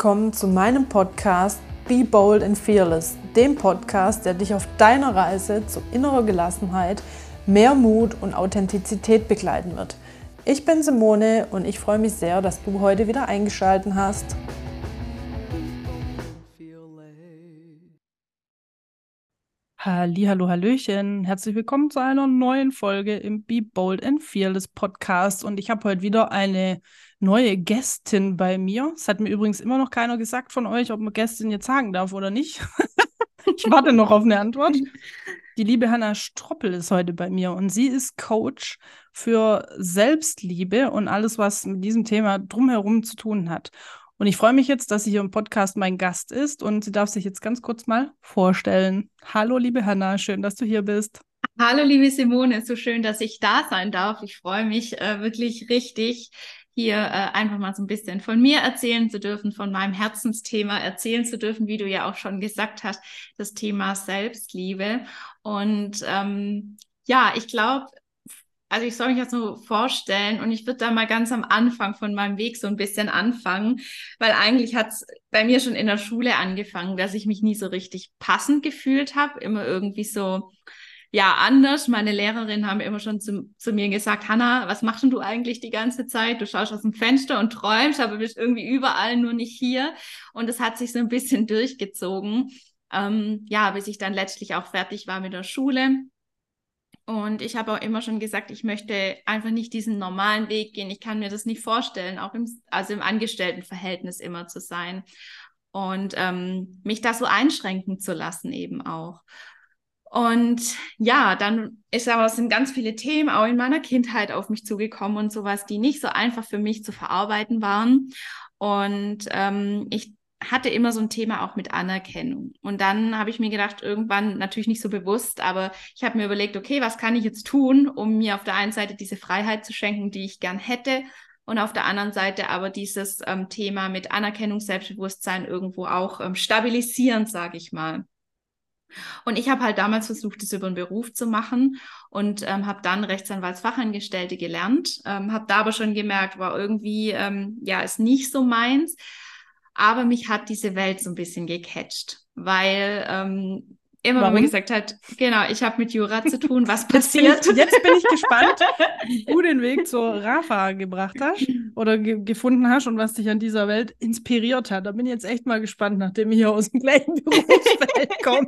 willkommen zu meinem Podcast Be Bold and Fearless, dem Podcast, der dich auf deiner Reise zu innerer Gelassenheit, mehr Mut und Authentizität begleiten wird. Ich bin Simone und ich freue mich sehr, dass du heute wieder eingeschaltet hast. Hallihallo, Hallöchen. Herzlich willkommen zu einer neuen Folge im Be Bold and Fearless Podcast. Und ich habe heute wieder eine neue Gästin bei mir. Es hat mir übrigens immer noch keiner gesagt von euch, ob man Gästin jetzt sagen darf oder nicht. Ich warte noch auf eine Antwort. Die liebe Hanna Stroppel ist heute bei mir und sie ist Coach für Selbstliebe und alles, was mit diesem Thema drumherum zu tun hat. Und ich freue mich jetzt, dass sie hier im Podcast mein Gast ist und sie darf sich jetzt ganz kurz mal vorstellen. Hallo, liebe Hanna, schön, dass du hier bist. Hallo, liebe Simone, so schön, dass ich da sein darf. Ich freue mich wirklich richtig, hier einfach mal so ein bisschen von mir erzählen zu dürfen, von meinem Herzensthema erzählen zu dürfen, wie du ja auch schon gesagt hast, das Thema Selbstliebe. Und ja, ich glaube, also ich soll mich jetzt so vorstellen und ich würde da mal ganz am Anfang von meinem Weg so ein bisschen anfangen, weil eigentlich hat es bei mir schon in der Schule angefangen, dass ich mich nie so richtig passend gefühlt habe, immer irgendwie so, ja, anders. Meine Lehrerinnen haben immer schon zu mir gesagt, Hanna, was machst denn du eigentlich die ganze Zeit? Du schaust aus dem Fenster und träumst, aber bist irgendwie überall, nur nicht hier. Und es hat sich so ein bisschen durchgezogen, ja, bis ich dann letztlich auch fertig war mit der Schule. Und ich habe auch immer schon gesagt, ich möchte einfach nicht diesen normalen Weg gehen. Ich kann mir das nicht vorstellen, auch also im Angestelltenverhältnis immer zu sein und mich da so einschränken zu lassen eben auch. Und ja, dann sind ganz viele Themen auch in meiner Kindheit auf mich zugekommen und sowas, die nicht so einfach für mich zu verarbeiten waren. Und ich hatte immer so ein Thema auch mit Anerkennung. Und dann habe ich mir gedacht, irgendwann, natürlich nicht so bewusst, aber ich habe mir überlegt, okay, was kann ich jetzt tun, um mir auf der einen Seite diese Freiheit zu schenken, die ich gern hätte, und auf der anderen Seite aber dieses Thema mit Anerkennung, Selbstbewusstsein irgendwo auch stabilisieren, sage ich mal. Und ich habe halt damals versucht, das über einen Beruf zu machen und habe dann Rechtsanwaltsfachangestellte gelernt, habe da aber schon gemerkt, war irgendwie, ja, ist nicht so meins. Aber mich hat diese Welt so ein bisschen gecatcht, weil immer wenn man Warum? gesagt hat, genau, ich habe mit Jura zu tun, was Jetzt passiert? bin ich gespannt, wie du den Weg zur Rafa gebracht hast oder gefunden hast und was dich an dieser Welt inspiriert hat. Da bin ich jetzt echt mal gespannt, nachdem ich hier aus dem gleichen Berufsfeld komme.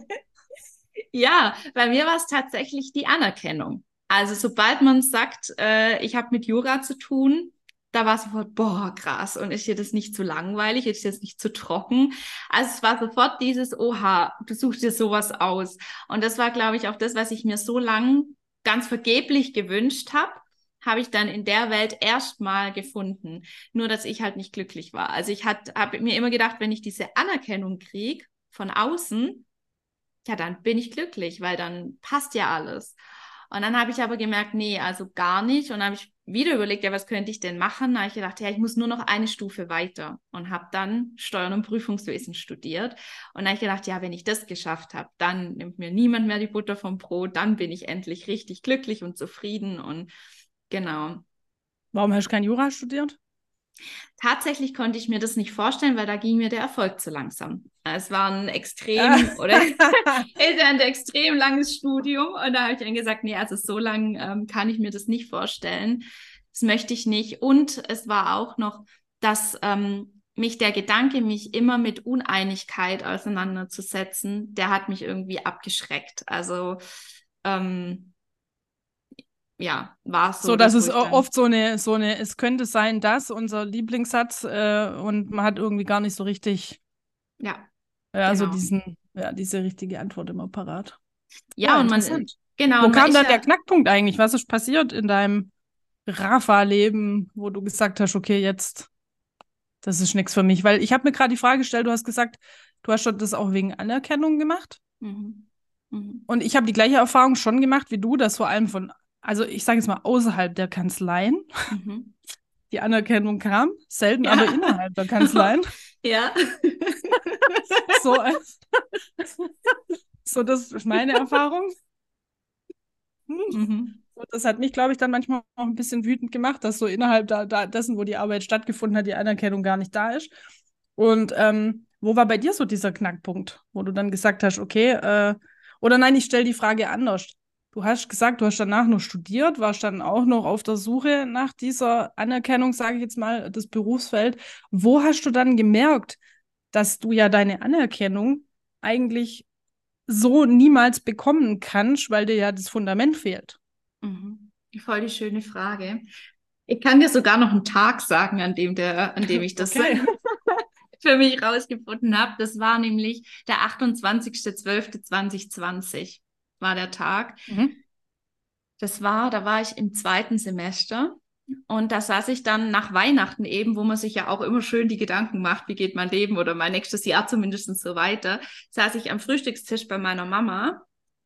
Ja, bei mir war es tatsächlich die Anerkennung. Also sobald man sagt, ich habe mit Jura zu tun, da war es sofort, boah, krass. Und ist dir das nicht zu langweilig? Ist dir das nicht zu trocken? Also es war sofort dieses, oha, du suchst dir sowas aus. Und das war, glaube ich, auch das, was ich mir so lang ganz vergeblich gewünscht habe ich dann in der Welt erstmal gefunden. Nur, dass ich halt nicht glücklich war. Also ich habe mir immer gedacht, wenn ich diese Anerkennung kriege von außen, ja, dann bin ich glücklich, weil dann passt ja alles. Und dann habe ich aber gemerkt, nee, also gar nicht. Und dann habe ich wieder überlegt, ja, was könnte ich denn machen? Da habe ich gedacht, ja, ich muss nur noch eine Stufe weiter und habe dann Steuern und Prüfungswesen studiert. Und dann habe ich gedacht, ja, wenn ich das geschafft habe, dann nimmt mir niemand mehr die Butter vom Brot, dann bin ich endlich richtig glücklich und zufrieden und genau. Warum hast du kein Jura studiert? Tatsächlich konnte ich mir das nicht vorstellen, weil da ging mir der Erfolg zu langsam. Es war ein Ah. extrem oder ist ein extrem langes Studium und da habe ich dann gesagt, nee, also so lang kann ich mir das nicht vorstellen. Das möchte ich nicht. Und es war auch noch, dass mich der Gedanke, mich immer mit Uneinigkeit auseinanderzusetzen, der hat mich irgendwie abgeschreckt. Also ja, war es So, so, dass das, wo es ich dann, oft es könnte sein, dass unser Lieblingssatz und man hat irgendwie gar nicht so richtig, ja, ja, so genau. diese richtige Antwort immer parat. Ja, Ja, und man, interessant. genau, Wo und man kam ist dann der ja. Knackpunkt eigentlich? Was ist passiert in deinem Rafa-Leben, wo du gesagt hast, okay, jetzt, das ist nichts für mich? Weil ich habe mir gerade die Frage gestellt, du hast gesagt, du hast schon das auch wegen Anerkennung gemacht. Mhm. Mhm. Und ich habe die gleiche Erfahrung schon gemacht wie du, dass vor allem also ich sage jetzt mal außerhalb der Kanzleien Mhm. die Anerkennung kam, selten aber Ja. innerhalb der Kanzleien. Ja. So, so das ist meine Erfahrung. Hm. Mhm. Und das hat mich, glaube ich, dann manchmal auch ein bisschen wütend gemacht, dass so innerhalb dessen, wo die Arbeit stattgefunden hat, die Anerkennung gar nicht da ist. Und wo war bei dir so dieser Knackpunkt, wo du dann gesagt hast, okay, oder nein, ich stelle die Frage anders. Du hast gesagt, du hast danach noch studiert, warst dann auch noch auf der Suche nach dieser Anerkennung, sage ich jetzt mal, das Berufsfeld. Wo hast du dann gemerkt, dass du ja deine Anerkennung eigentlich so niemals bekommen kannst, weil dir ja das Fundament fehlt? Mhm. Voll die schöne Frage. Ich kann dir sogar noch einen Tag sagen, an dem ich das Okay. für mich rausgefunden habe. Das war nämlich der 28.12.2020 war der Tag. Mhm. Da war ich im zweiten Semester und da saß ich dann nach Weihnachten eben, wo man sich ja auch immer schön die Gedanken macht, wie geht mein Leben oder mein nächstes Jahr zumindest so weiter, saß ich am Frühstückstisch bei meiner Mama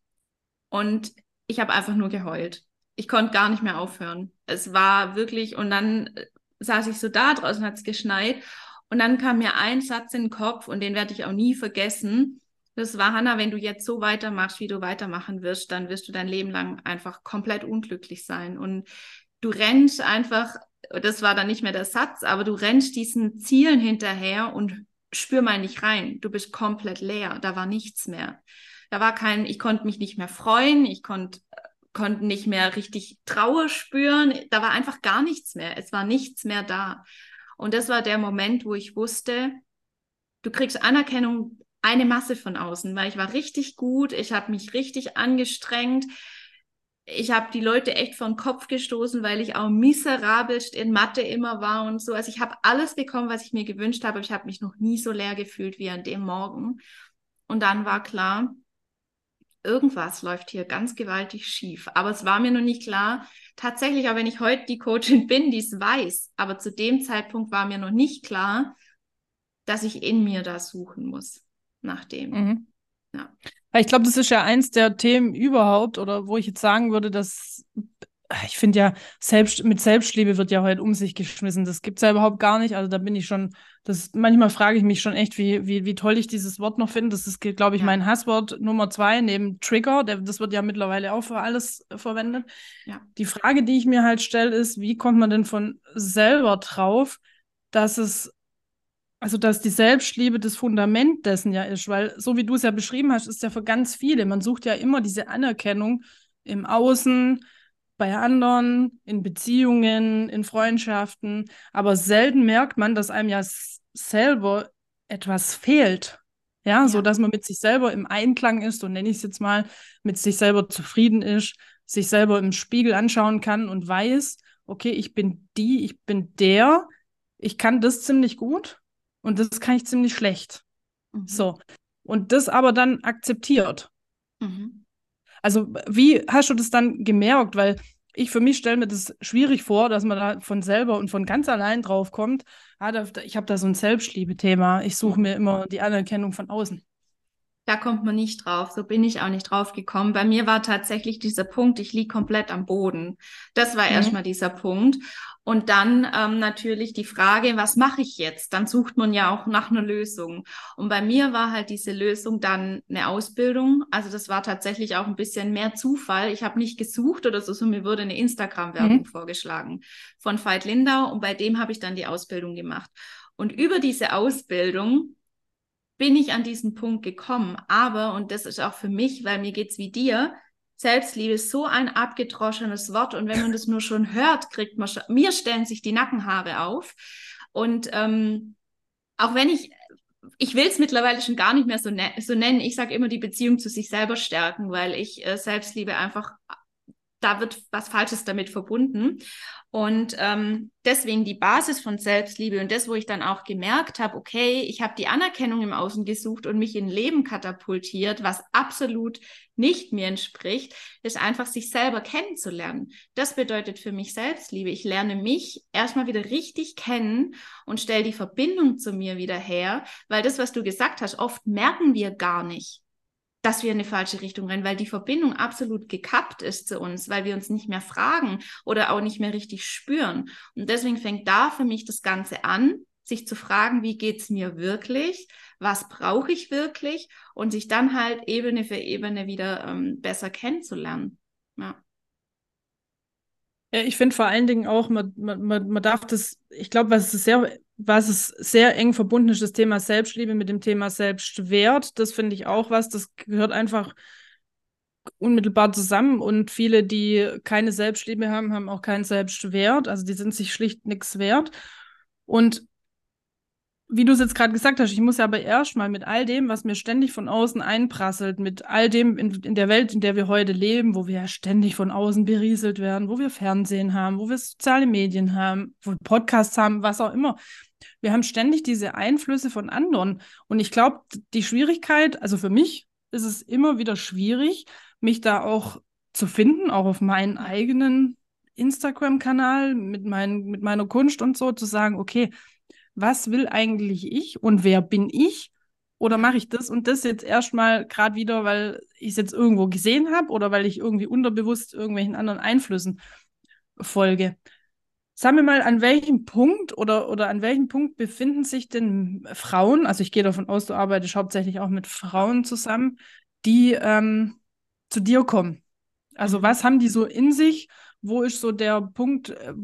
und ich habe einfach nur geheult. Ich konnte gar nicht mehr aufhören. Es war wirklich, und dann saß ich so da, draußen hat es geschneit und dann kam mir ein Satz in den Kopf und den werde ich auch nie vergessen. Das war, Hannah, wenn du jetzt so weitermachst, wie du weitermachen wirst, dann wirst du dein Leben lang einfach komplett unglücklich sein. Und du rennst einfach, das war dann nicht mehr der Satz, aber du rennst diesen Zielen hinterher und spür mal nicht rein. Du bist komplett leer. Da war nichts mehr. Ich konnte mich nicht mehr freuen, konnte nicht mehr richtig Trauer spüren. Da war einfach gar nichts mehr. Es war nichts mehr da. Und das war der Moment, wo ich wusste, du kriegst Anerkennung, eine Masse von außen, weil ich war richtig gut, ich habe mich richtig angestrengt. Ich habe die Leute echt vor den Kopf gestoßen, weil ich auch miserabelst in Mathe immer war und so. Also ich habe alles bekommen, was ich mir gewünscht habe, aber ich habe mich noch nie so leer gefühlt wie an dem Morgen. Und dann war klar, irgendwas läuft hier ganz gewaltig schief. Aber es war mir noch nicht klar, tatsächlich, auch wenn ich heute die Coachin bin, die es weiß, aber zu dem Zeitpunkt war mir noch nicht klar, dass ich in mir da suchen muss nach dem. Mhm. Ja. Ich glaube, das ist ja eins der Themen überhaupt, oder wo ich jetzt sagen würde, dass ich finde ja, mit Selbstliebe wird ja heute um sich geschmissen. Das gibt es ja überhaupt gar nicht. Also da bin ich schon, manchmal frage ich mich schon echt, wie toll ich dieses Wort noch finde. Das ist, glaube ich, Ja, mein Hasswort Nummer 2 neben Trigger. Das wird ja mittlerweile auch für alles verwendet. ja, Die Frage, die ich mir halt stelle, ist, wie kommt man denn von selber drauf, dass dass die Selbstliebe das Fundament dessen ja ist, weil so wie du es ja beschrieben hast, ist ja für ganz viele, man sucht ja immer diese Anerkennung im Außen, bei anderen, in Beziehungen, in Freundschaften, aber selten merkt man, dass einem ja selber etwas fehlt. Ja, so ja. dass man mit sich selber im Einklang ist, so nenne ich es jetzt mal, mit sich selber zufrieden ist, sich selber im Spiegel anschauen kann und weiß, okay, ich bin der, ich kann das ziemlich gut und das kann ich ziemlich schlecht. Mhm. So. Und das aber dann akzeptiert. Mhm. Also, wie hast du das dann gemerkt? Weil ich für mich stelle mir das schwierig vor, dass man da von selber und von ganz allein drauf kommt. Ich habe da so ein Selbstliebe-Thema. Ich suche mir Mhm. immer die Anerkennung von außen. Da kommt man nicht drauf. So bin ich auch nicht drauf gekommen. Bei mir war tatsächlich dieser Punkt, ich lieg komplett am Boden. Das war Mhm. erstmal dieser Punkt. Und dann natürlich die Frage, was mache ich jetzt? Dann sucht man ja auch nach einer Lösung. Und bei mir war halt diese Lösung dann eine Ausbildung. Also das war tatsächlich auch ein bisschen mehr Zufall. Ich habe nicht gesucht oder so, so mir wurde eine Instagram-Werbung Mhm. vorgeschlagen von Veit Lindau und bei dem habe ich dann die Ausbildung gemacht. Und über diese Ausbildung bin ich an diesen Punkt gekommen. Aber, und das ist auch für mich, weil mir geht's wie dir, Selbstliebe ist so ein abgedroschenes Wort. Und wenn man das nur schon hört, mir stellen sich die Nackenhaare auf. Und auch wenn ich will es mittlerweile schon gar nicht mehr so nennen. Ich sage immer die Beziehung zu sich selber stärken, weil ich Selbstliebe einfach, da wird was Falsches damit verbunden. Und deswegen die Basis von Selbstliebe und das, wo ich dann auch gemerkt habe, okay, ich habe die Anerkennung im Außen gesucht und mich in Leben katapultiert, was absolut nicht mir entspricht, ist einfach sich selber kennenzulernen. Das bedeutet für mich Selbstliebe. Ich lerne mich erstmal wieder richtig kennen und stelle die Verbindung zu mir wieder her, weil das, was du gesagt hast, oft merken wir gar nicht, dass wir in eine falsche Richtung rennen, weil die Verbindung absolut gekappt ist zu uns, weil wir uns nicht mehr fragen oder auch nicht mehr richtig spüren. Und deswegen fängt da für mich das Ganze an, sich zu fragen, wie geht's mir wirklich? Was brauche ich wirklich? Und sich dann halt Ebene für Ebene wieder besser kennenzulernen. Ja. Ja, ich finde vor allen Dingen auch, man darf das, ich glaube, was es sehr was es sehr eng verbunden ist, das Thema Selbstliebe mit dem Thema Selbstwert. Das finde ich auch was, das gehört einfach unmittelbar zusammen. Und viele, die keine Selbstliebe haben, haben auch keinen Selbstwert. Also die sind sich schlicht nichts wert. Und wie du es jetzt gerade gesagt hast, ich muss ja aber erstmal mit all dem, was mir ständig von außen einprasselt, mit all dem in der Welt, in der wir heute leben, wo wir ja ständig von außen berieselt werden, wo wir Fernsehen haben, wo wir soziale Medien haben, wo wir Podcasts haben, was auch immer. Wir haben ständig diese Einflüsse von anderen. Und ich glaube, die Schwierigkeit, also für mich ist es immer wieder schwierig, mich da auch zu finden, auch auf meinen eigenen Instagram-Kanal mit meiner Kunst und so, zu sagen, okay, was will eigentlich ich und wer bin ich? Oder Ja. mache ich das und das jetzt erstmal gerade wieder, weil ich es jetzt irgendwo gesehen habe oder weil ich irgendwie unterbewusst irgendwelchen anderen Einflüssen folge? Sagen wir mal, an welchem Punkt oder an welchem Punkt befinden sich denn Frauen, also ich gehe davon aus, du arbeitest hauptsächlich auch mit Frauen zusammen, die zu dir kommen. Also Mhm. was haben die so in sich? Wo ist so der Punkt,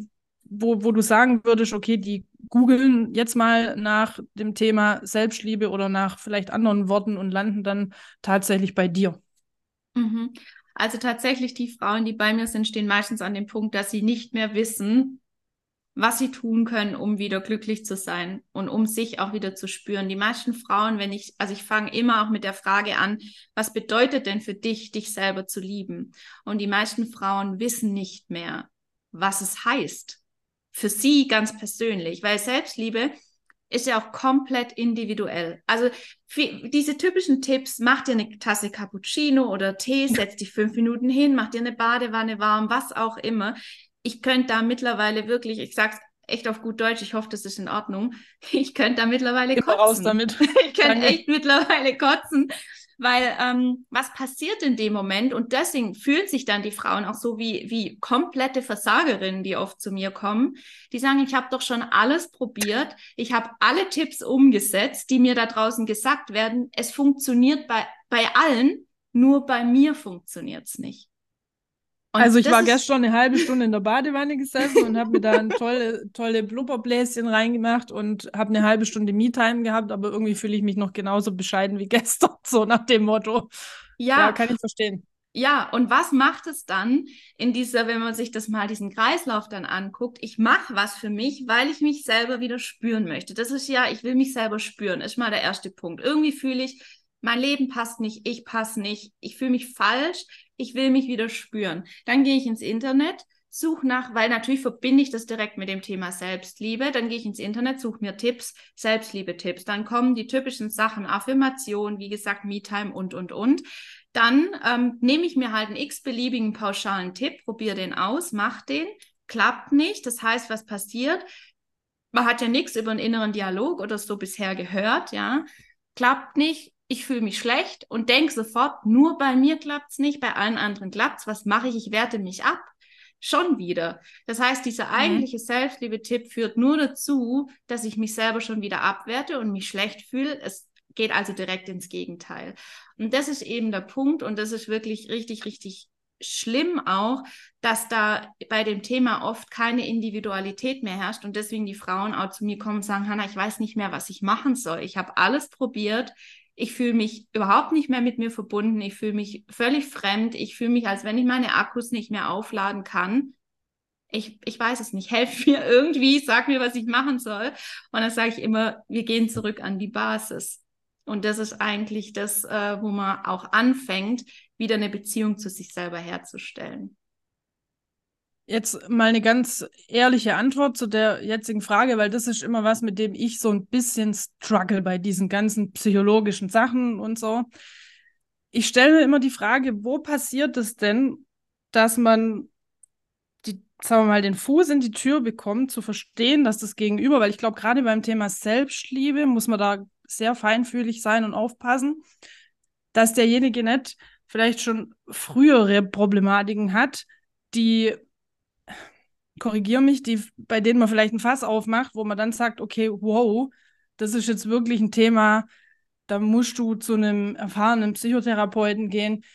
wo du sagen würdest, okay, die googeln jetzt mal nach dem Thema Selbstliebe oder nach vielleicht anderen Worten und landen dann tatsächlich bei dir? Mhm. Also tatsächlich, die Frauen, die bei mir sind, stehen meistens an dem Punkt, dass sie nicht mehr wissen, was sie tun können, um wieder glücklich zu sein und um sich auch wieder zu spüren. Die meisten Frauen, also ich fange immer auch mit der Frage an, was bedeutet denn für dich, dich selber zu lieben? Und die meisten Frauen wissen nicht mehr, was es heißt. Für sie ganz persönlich, weil Selbstliebe ist ja auch komplett individuell. Also diese typischen Tipps, mach dir eine Tasse Cappuccino oder Tee, setz dich 5 Minuten hin, mach dir eine Badewanne warm, was auch immer. Ich könnte da mittlerweile wirklich, ich sag's echt auf gut Deutsch, ich hoffe, das ist in Ordnung, ich könnte da mittlerweile Immer raus kotzen. damit. Ich könnte Danke. echt mittlerweile kotzen, weil was passiert in dem Moment? Und deswegen fühlen sich dann die Frauen auch so wie komplette Versagerinnen, die oft zu mir kommen. Die sagen, ich habe doch schon alles probiert, ich habe alle Tipps umgesetzt, die mir da draußen gesagt werden. Es funktioniert bei allen, nur bei mir funktioniert es nicht. Also Und ich das war ist, gestern eine halbe Stunde in der Badewanne gesessen und habe mir da ein tolle Blubberbläschen reingemacht und habe eine halbe Stunde Me-Time gehabt, aber irgendwie fühle ich mich noch genauso bescheiden wie gestern, so nach dem Motto. Ja, ja, kann ich verstehen. ja, und was macht es dann in dieser, wenn man sich das mal, diesen Kreislauf dann anguckt? Ich mache was für mich, weil ich mich selber wieder spüren möchte. Das ist ja, ich will mich selber spüren, ist mal der erste Punkt. Irgendwie fühle ich, mein Leben passt nicht, ich passe nicht, ich fühle mich falsch, ich will mich wieder spüren. Dann gehe ich ins Internet, suche nach, weil natürlich verbinde ich das direkt mit dem Thema Selbstliebe. Dann gehe ich ins Internet, suche mir Tipps, Selbstliebe-Tipps. Dann kommen die typischen Sachen, Affirmation, wie gesagt, Me-Time und. Dann nehme ich mir halt einen x-beliebigen pauschalen Tipp, probiere den aus, mache den, klappt nicht. Das heißt, was passiert? Man hat ja nichts über einen inneren Dialog oder so bisher gehört, ja. Klappt nicht, ich fühle mich schlecht und denke sofort, nur bei mir klappt es nicht, bei allen anderen klappt es. Was mache ich? Ich werte mich ab. Schon wieder. Das heißt, dieser Mhm. eigentliche Selbstliebe-Tipp führt nur dazu, dass ich mich selber schon wieder abwerte und mich schlecht fühle. Es geht also direkt ins Gegenteil. Und das ist eben der Punkt und das ist wirklich richtig, richtig schlimm auch, dass da bei dem Thema oft keine Individualität mehr herrscht und deswegen die Frauen auch zu mir kommen und sagen, Hannah, ich weiß nicht mehr, was ich machen soll. Ich habe alles probiert. Ich fühle mich überhaupt nicht mehr mit mir verbunden. Ich fühle mich völlig fremd. Ich fühle mich, als wenn ich meine Akkus nicht mehr aufladen kann. Ich weiß es nicht. Helf mir irgendwie, sag mir, was ich machen soll. Und dann sage ich immer, wir gehen zurück an die Basis. Und das ist eigentlich das, wo man auch anfängt, wieder eine Beziehung zu sich selber herzustellen. Jetzt mal eine ganz ehrliche Antwort zu der jetzigen Frage, weil das ist immer was, mit dem ich so ein bisschen struggle bei diesen ganzen psychologischen Sachen und so. Ich stelle mir immer die Frage, wo passiert es denn, dass man sagen wir mal, den Fuß in die Tür bekommt, zu verstehen, dass das Gegenüber, weil ich glaube, gerade beim Thema Selbstliebe muss man da sehr feinfühlig sein und aufpassen, dass derjenige nicht vielleicht schon frühere Problematiken hat, die, korrigier mich, bei denen man vielleicht ein Fass aufmacht, wo man dann sagt, okay, wow, das ist jetzt wirklich ein Thema, da musst du zu einem erfahrenen Psychotherapeuten gehen.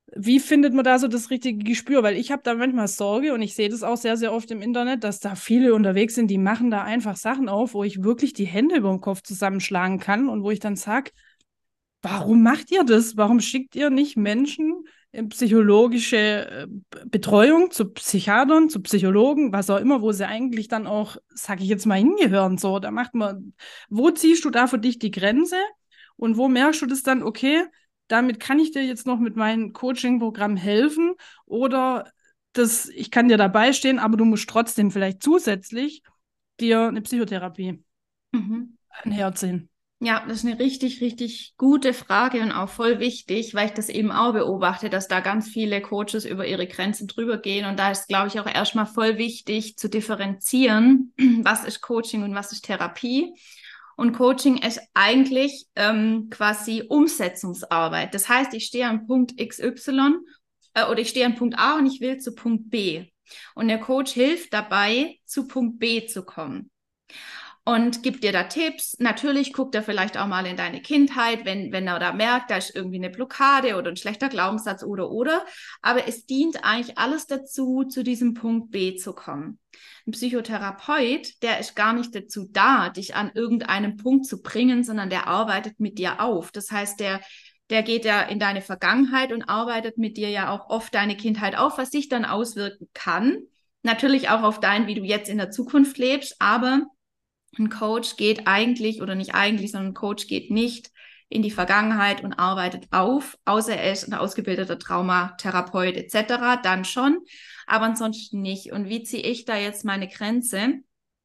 Wie findet man da so das richtige Gespür? Weil ich habe da manchmal Sorge und ich sehe das auch sehr, sehr oft im Internet, dass da viele unterwegs sind, die machen da einfach Sachen auf, wo ich wirklich die Hände über den Kopf zusammenschlagen kann und wo ich dann sage, warum macht ihr das? Warum schickt ihr nicht Menschen in psychologische Betreuung zu Psychiatern, zu Psychologen, was auch immer, wo sie eigentlich dann auch, sage ich jetzt mal, hingehören? So, da macht man, wo ziehst du da für dich die Grenze und wo merkst du das dann, okay, damit kann ich dir jetzt noch mit meinem Coaching-Programm helfen oder das, ich kann dir dabei stehen, aber du musst trotzdem vielleicht zusätzlich dir eine Psychotherapie Mhm. anherziehen. Ja, das ist eine richtig, richtig gute Frage und auch voll wichtig, weil ich das eben auch beobachte, dass da ganz viele Coaches über ihre Grenzen drüber gehen. Und da ist, glaube ich, auch erstmal voll wichtig zu differenzieren, was ist Coaching und was ist Therapie. Und Coaching ist eigentlich quasi Umsetzungsarbeit. Das heißt, ich stehe an Punkt XY oder ich stehe an Punkt A und ich will zu Punkt B. Und der Coach hilft dabei, zu Punkt B zu kommen und gibt dir da Tipps. Natürlich guckt er vielleicht auch mal in deine Kindheit, wenn er da merkt, da ist irgendwie eine Blockade oder ein schlechter Glaubenssatz oder. Aber es dient eigentlich alles dazu, zu diesem Punkt B zu kommen. Ein Psychotherapeut, der ist gar nicht dazu da, dich an irgendeinem Punkt zu bringen, sondern der arbeitet mit dir auf. Das heißt, der geht ja in deine Vergangenheit und arbeitet mit dir ja auch oft deine Kindheit auf, was sich dann auswirken kann. Natürlich auch auf dein, wie du jetzt in der Zukunft lebst, aber ein Coach geht eigentlich, oder nicht eigentlich, sondern ein Coach geht nicht in die Vergangenheit und arbeitet auf, außer er ist ein ausgebildeter Traumatherapeut etc., dann schon, aber ansonsten nicht. Und wie ziehe ich da jetzt meine Grenze?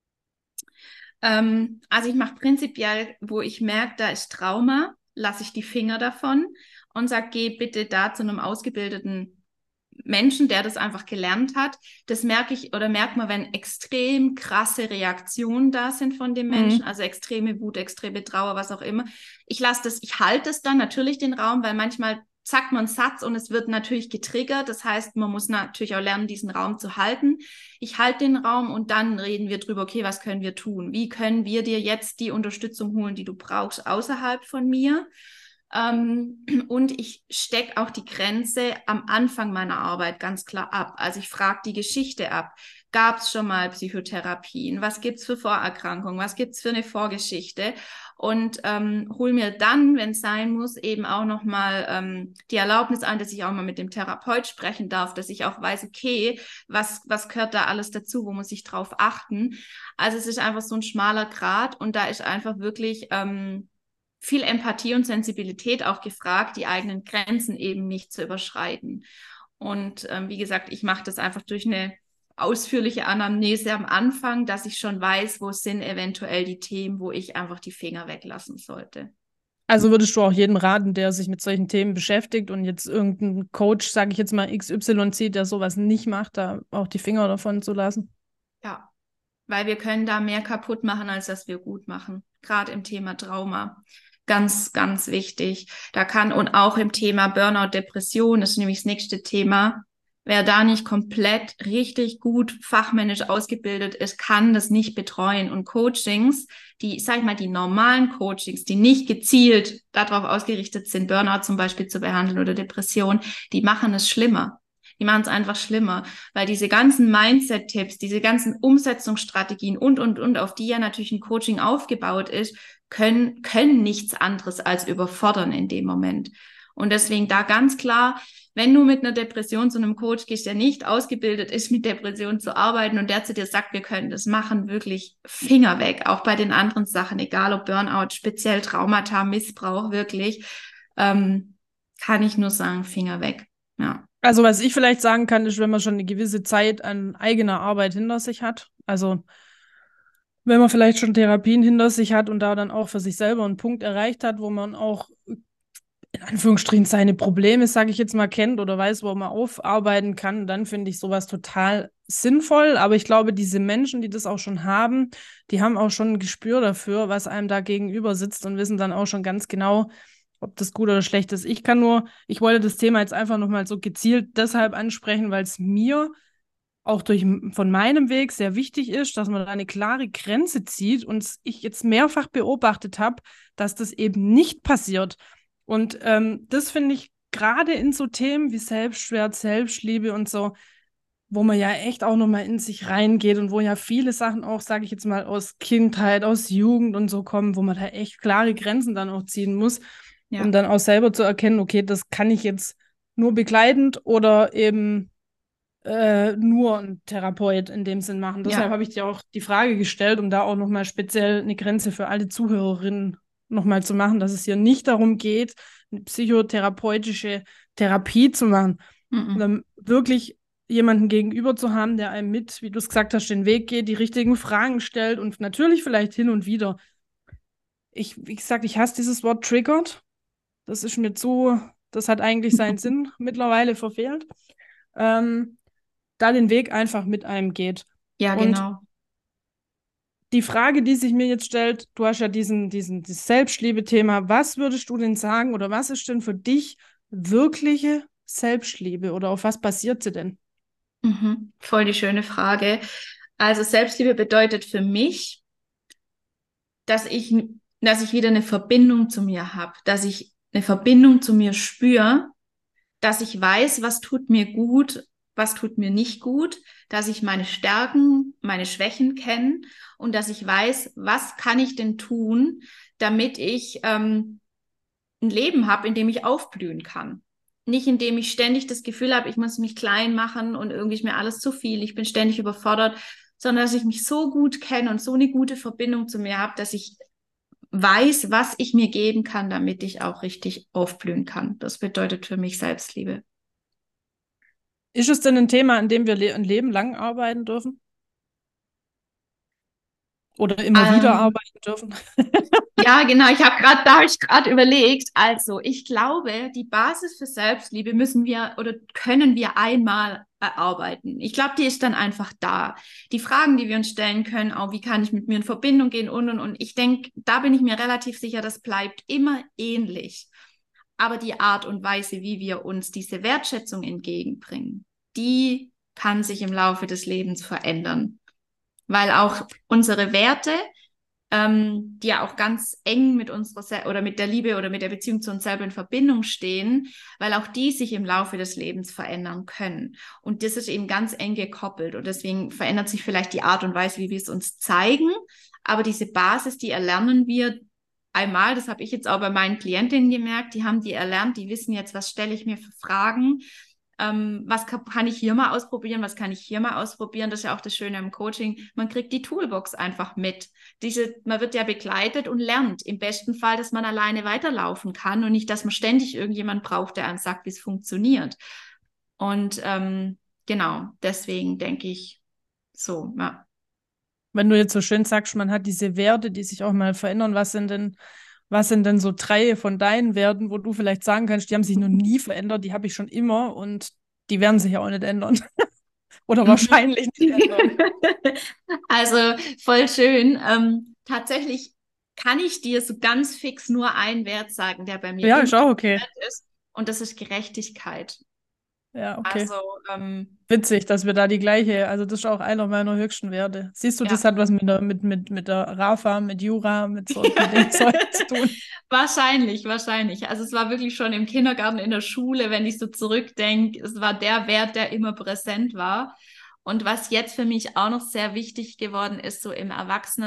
Also ich mache prinzipiell, wo ich merke, da ist Trauma, lasse ich die Finger davon und sage, geh bitte da zu einem ausgebildeten Menschen, der das einfach gelernt hat. Das merke ich oder merkt man, wenn extrem krasse Reaktionen da sind von dem Menschen, also extreme Wut, extreme Trauer, was auch immer. Ich halte es dann natürlich den Raum, weil manchmal sagt man einen Satz und es wird natürlich getriggert. Das heißt, man muss natürlich auch lernen, diesen Raum zu halten. Ich halte den Raum und dann reden wir drüber, okay, was können wir tun? Wie können wir dir jetzt die Unterstützung holen, die du brauchst, außerhalb von mir? Und ich stecke auch die Grenze am Anfang meiner Arbeit ganz klar ab. Also ich frage die Geschichte ab. Gab es schon mal Psychotherapien? Was gibt es für Vorerkrankungen? Was gibt es für eine Vorgeschichte? Und hol mir dann, wenn es sein muss, eben auch nochmal die Erlaubnis ein, dass ich auch mal mit dem Therapeut sprechen darf, dass ich auch weiß, okay, was gehört da alles dazu? Wo muss ich drauf achten? Also es ist einfach so ein schmaler Grat und da ist einfach wirklich viel Empathie und Sensibilität auch gefragt, die eigenen Grenzen eben nicht zu überschreiten. Und wie gesagt, ich mache das einfach durch eine ausführliche Anamnese am Anfang, dass ich schon weiß, wo sind eventuell die Themen, wo ich einfach die Finger weglassen sollte. Also würdest du auch jedem raten, der sich mit solchen Themen beschäftigt und jetzt irgendein Coach, sage ich jetzt mal XY zieht, der sowas nicht macht, da auch die Finger davon zu lassen? Ja, weil wir können da mehr kaputt machen, als dass wir gut machen. Gerade im Thema Trauma. Ganz, ganz wichtig. Da kann und auch im Thema Burnout, Depression, das ist nämlich das nächste Thema. Wer da nicht komplett richtig gut fachmännisch ausgebildet ist, kann das nicht betreuen. Und Coachings, die, sag ich mal, die normalen Coachings, die nicht gezielt darauf ausgerichtet sind, Burnout zum Beispiel zu behandeln oder Depression, die machen es schlimmer. Die machen es einfach schlimmer, weil diese ganzen Mindset-Tipps, diese ganzen Umsetzungsstrategien und, auf die ja natürlich ein Coaching aufgebaut ist, können nichts anderes als überfordern in dem Moment. Und deswegen da ganz klar, wenn du mit einer Depression zu einem Coach gehst, der nicht ausgebildet ist, mit Depressionen zu arbeiten und der zu dir sagt, wir können das machen, wirklich Finger weg. Auch bei den anderen Sachen, egal ob Burnout, speziell Traumata, Missbrauch, wirklich, kann ich nur sagen, Finger weg. Ja. Also was ich vielleicht sagen kann, ist, wenn man schon eine gewisse Zeit an eigener Arbeit hinter sich hat, also wenn man vielleicht schon Therapien hinter sich hat und da dann auch für sich selber einen Punkt erreicht hat, wo man auch in Anführungsstrichen seine Probleme, sage ich jetzt mal, kennt oder weiß, wo man aufarbeiten kann, dann finde ich sowas total sinnvoll. Aber ich glaube, diese Menschen, die das auch schon haben, die haben auch schon ein Gespür dafür, was einem da gegenüber sitzt und wissen dann auch schon ganz genau, ob das gut oder schlecht ist. Ich wollte das Thema jetzt einfach nochmal so gezielt deshalb ansprechen, weil es mir auch von meinem Weg sehr wichtig ist, dass man da eine klare Grenze zieht und ich jetzt mehrfach beobachtet habe, dass das eben nicht passiert. Und das finde ich gerade in so Themen wie Selbstwert, Selbstliebe und so, wo man ja echt auch nochmal in sich reingeht und wo ja viele Sachen auch, sage ich jetzt mal, aus Kindheit, aus Jugend und so kommen, wo man da echt klare Grenzen dann auch ziehen muss, um dann auch selber zu erkennen, okay, das kann ich jetzt nur begleitend oder eben nur ein Therapeut in dem Sinn machen. Deshalb habe ich dir auch die Frage gestellt, um da auch nochmal speziell eine Grenze für alle Zuhörerinnen nochmal zu machen, dass es hier nicht darum geht, eine psychotherapeutische Therapie zu machen, sondern wirklich jemanden gegenüber zu haben, der einem mit, wie du es gesagt hast, den Weg geht, die richtigen Fragen stellt und natürlich vielleicht hin und wieder. Wie gesagt, ich hasse dieses Wort triggered. Das ist mir das hat eigentlich seinen Sinn mittlerweile verfehlt. Da den Weg einfach mit einem geht. Ja, und genau. Die Frage, die sich mir jetzt stellt, du hast ja dieses Selbstliebe-Thema, was würdest du denn sagen oder was ist denn für dich wirkliche Selbstliebe oder auf was basiert sie denn? Voll die schöne Frage. Also Selbstliebe bedeutet für mich, dass ich wieder eine Verbindung zu mir habe, dass ich eine Verbindung zu mir spüre, dass ich weiß, was tut mir gut, was tut mir nicht gut, dass ich meine Stärken, meine Schwächen kenne und dass ich weiß, was kann ich denn tun, damit ich ein Leben habe, in dem ich aufblühen kann. Nicht indem ich ständig das Gefühl habe, ich muss mich klein machen und irgendwie ist mir alles zu viel, ich bin ständig überfordert, sondern dass ich mich so gut kenne und so eine gute Verbindung zu mir habe, dass ich weiß, was ich mir geben kann, damit ich auch richtig aufblühen kann. Das bedeutet für mich Selbstliebe. Ist es denn ein Thema, an dem wir ein Leben lang arbeiten dürfen? Oder immer wieder arbeiten dürfen? Ja, genau. Da habe ich gerade überlegt. Also, ich glaube, die Basis für Selbstliebe müssen wir oder können wir einmal erarbeiten. Ich glaube, die ist dann einfach da. Die Fragen, die wir uns stellen können, auch wie kann ich mit mir in Verbindung gehen und. Ich denke, da bin ich mir relativ sicher, das bleibt immer ähnlich. Aber die Art und Weise, wie wir uns diese Wertschätzung entgegenbringen, die kann sich im Laufe des Lebens verändern. Weil auch unsere Werte, die ja auch ganz eng mit unserer oder mit der Liebe oder mit der Beziehung zu uns selber in Verbindung stehen, weil auch die sich im Laufe des Lebens verändern können. Und das ist eben ganz eng gekoppelt. Und deswegen verändert sich vielleicht die Art und Weise, wie wir es uns zeigen. Aber diese Basis, die erlernen wir einmal, das habe ich jetzt auch bei meinen Klientinnen gemerkt, die haben die erlernt, die wissen jetzt, was stelle ich mir für Fragen, was kann ich hier mal ausprobieren, was kann ich hier mal ausprobieren. Das ist ja auch das Schöne im Coaching, man kriegt die Toolbox einfach mit. Man wird ja begleitet und lernt. Im besten Fall, dass man alleine weiterlaufen kann und nicht, dass man ständig irgendjemand braucht, der einem sagt, wie es funktioniert. Und genau, deswegen denke ich so, ja. Wenn du jetzt so schön sagst, man hat diese Werte, die sich auch mal verändern, was sind denn so 3 von deinen Werten, wo du vielleicht sagen kannst, die haben sich noch nie verändert, die habe ich schon immer und die werden sich ja auch nicht ändern. Oder wahrscheinlich nicht ändern. Also voll schön. Tatsächlich kann ich dir so ganz fix nur einen Wert sagen, der bei mir Ja, ist auch okay. ist. Und das ist Gerechtigkeit. Ja, okay. Also, witzig, dass wir da also das ist auch einer meiner höchsten Werte. Siehst du, ja. das hat was mit der Rafa, mit Jura, mit dem Zeug zu tun. Wahrscheinlich. Also es war wirklich schon im Kindergarten, in der Schule, wenn ich so zurückdenke, es war der Wert, der immer präsent war. Und was jetzt für mich auch noch sehr wichtig geworden ist, so im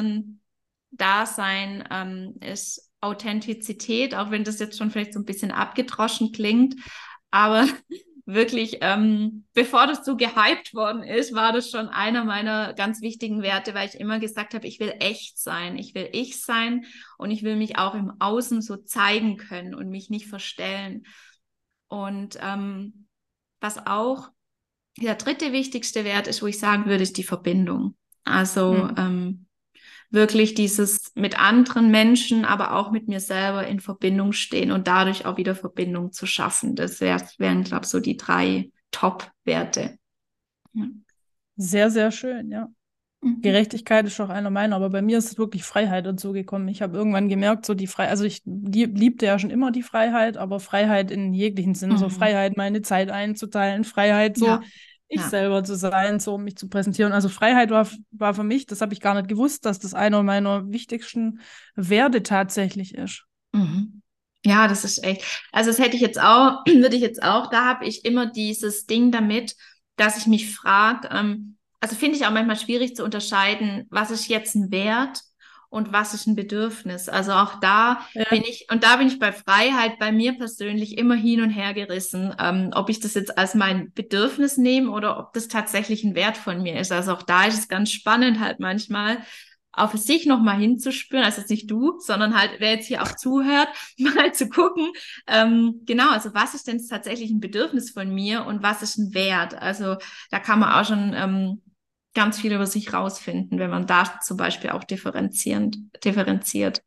Erwachsenen-Dasein, ist Authentizität, auch wenn das jetzt schon vielleicht so ein bisschen abgedroschen klingt. Aber wirklich, bevor das so gehypt worden ist, war das schon einer meiner ganz wichtigen Werte, weil ich immer gesagt habe, ich will echt sein, ich will ich sein und ich will mich auch im Außen so zeigen können und mich nicht verstellen. Und was auch der dritte wichtigste Wert ist, wo ich sagen würde, ist die Verbindung. Also wirklich dieses mit anderen Menschen, aber auch mit mir selber in Verbindung stehen und dadurch auch wieder Verbindung zu schaffen. Das wären, glaube ich, so die 3 Top-Werte. Ja. Sehr, sehr schön, ja. Gerechtigkeit ist auch einer meiner, aber bei mir ist es wirklich Freiheit dazu gekommen. Ich habe irgendwann gemerkt, so die Freiheit, also ich liebte ja schon immer die Freiheit, aber Freiheit in jeglichen Sinn, so Freiheit, meine Zeit einzuteilen, Freiheit, so ich selber zu sein, so mich zu präsentieren. Also Freiheit war für mich, das habe ich gar nicht gewusst, dass das einer meiner wichtigsten Werte tatsächlich ist. Ja, das ist echt. Also das hätte ich jetzt auch, würde ich jetzt auch, da habe ich immer dieses Ding damit, dass ich mich frage, also finde ich auch manchmal schwierig zu unterscheiden, was ist jetzt ein Wert und was ist ein Bedürfnis. Also auch da bin Ja. ich, und da bin ich bei Freiheit bei mir persönlich immer hin und her gerissen, ob ich das jetzt als mein Bedürfnis nehme oder ob das tatsächlich ein Wert von mir ist. Also auch da ist es ganz spannend halt manchmal auf sich nochmal hinzuspüren, also jetzt nicht du, sondern halt, wer jetzt hier auch zuhört, mal zu gucken, genau, also was ist denn tatsächlich ein Bedürfnis von mir und was ist ein Wert? Also da kann man auch schon ganz viel über sich rausfinden, wenn man da zum Beispiel auch differenziert.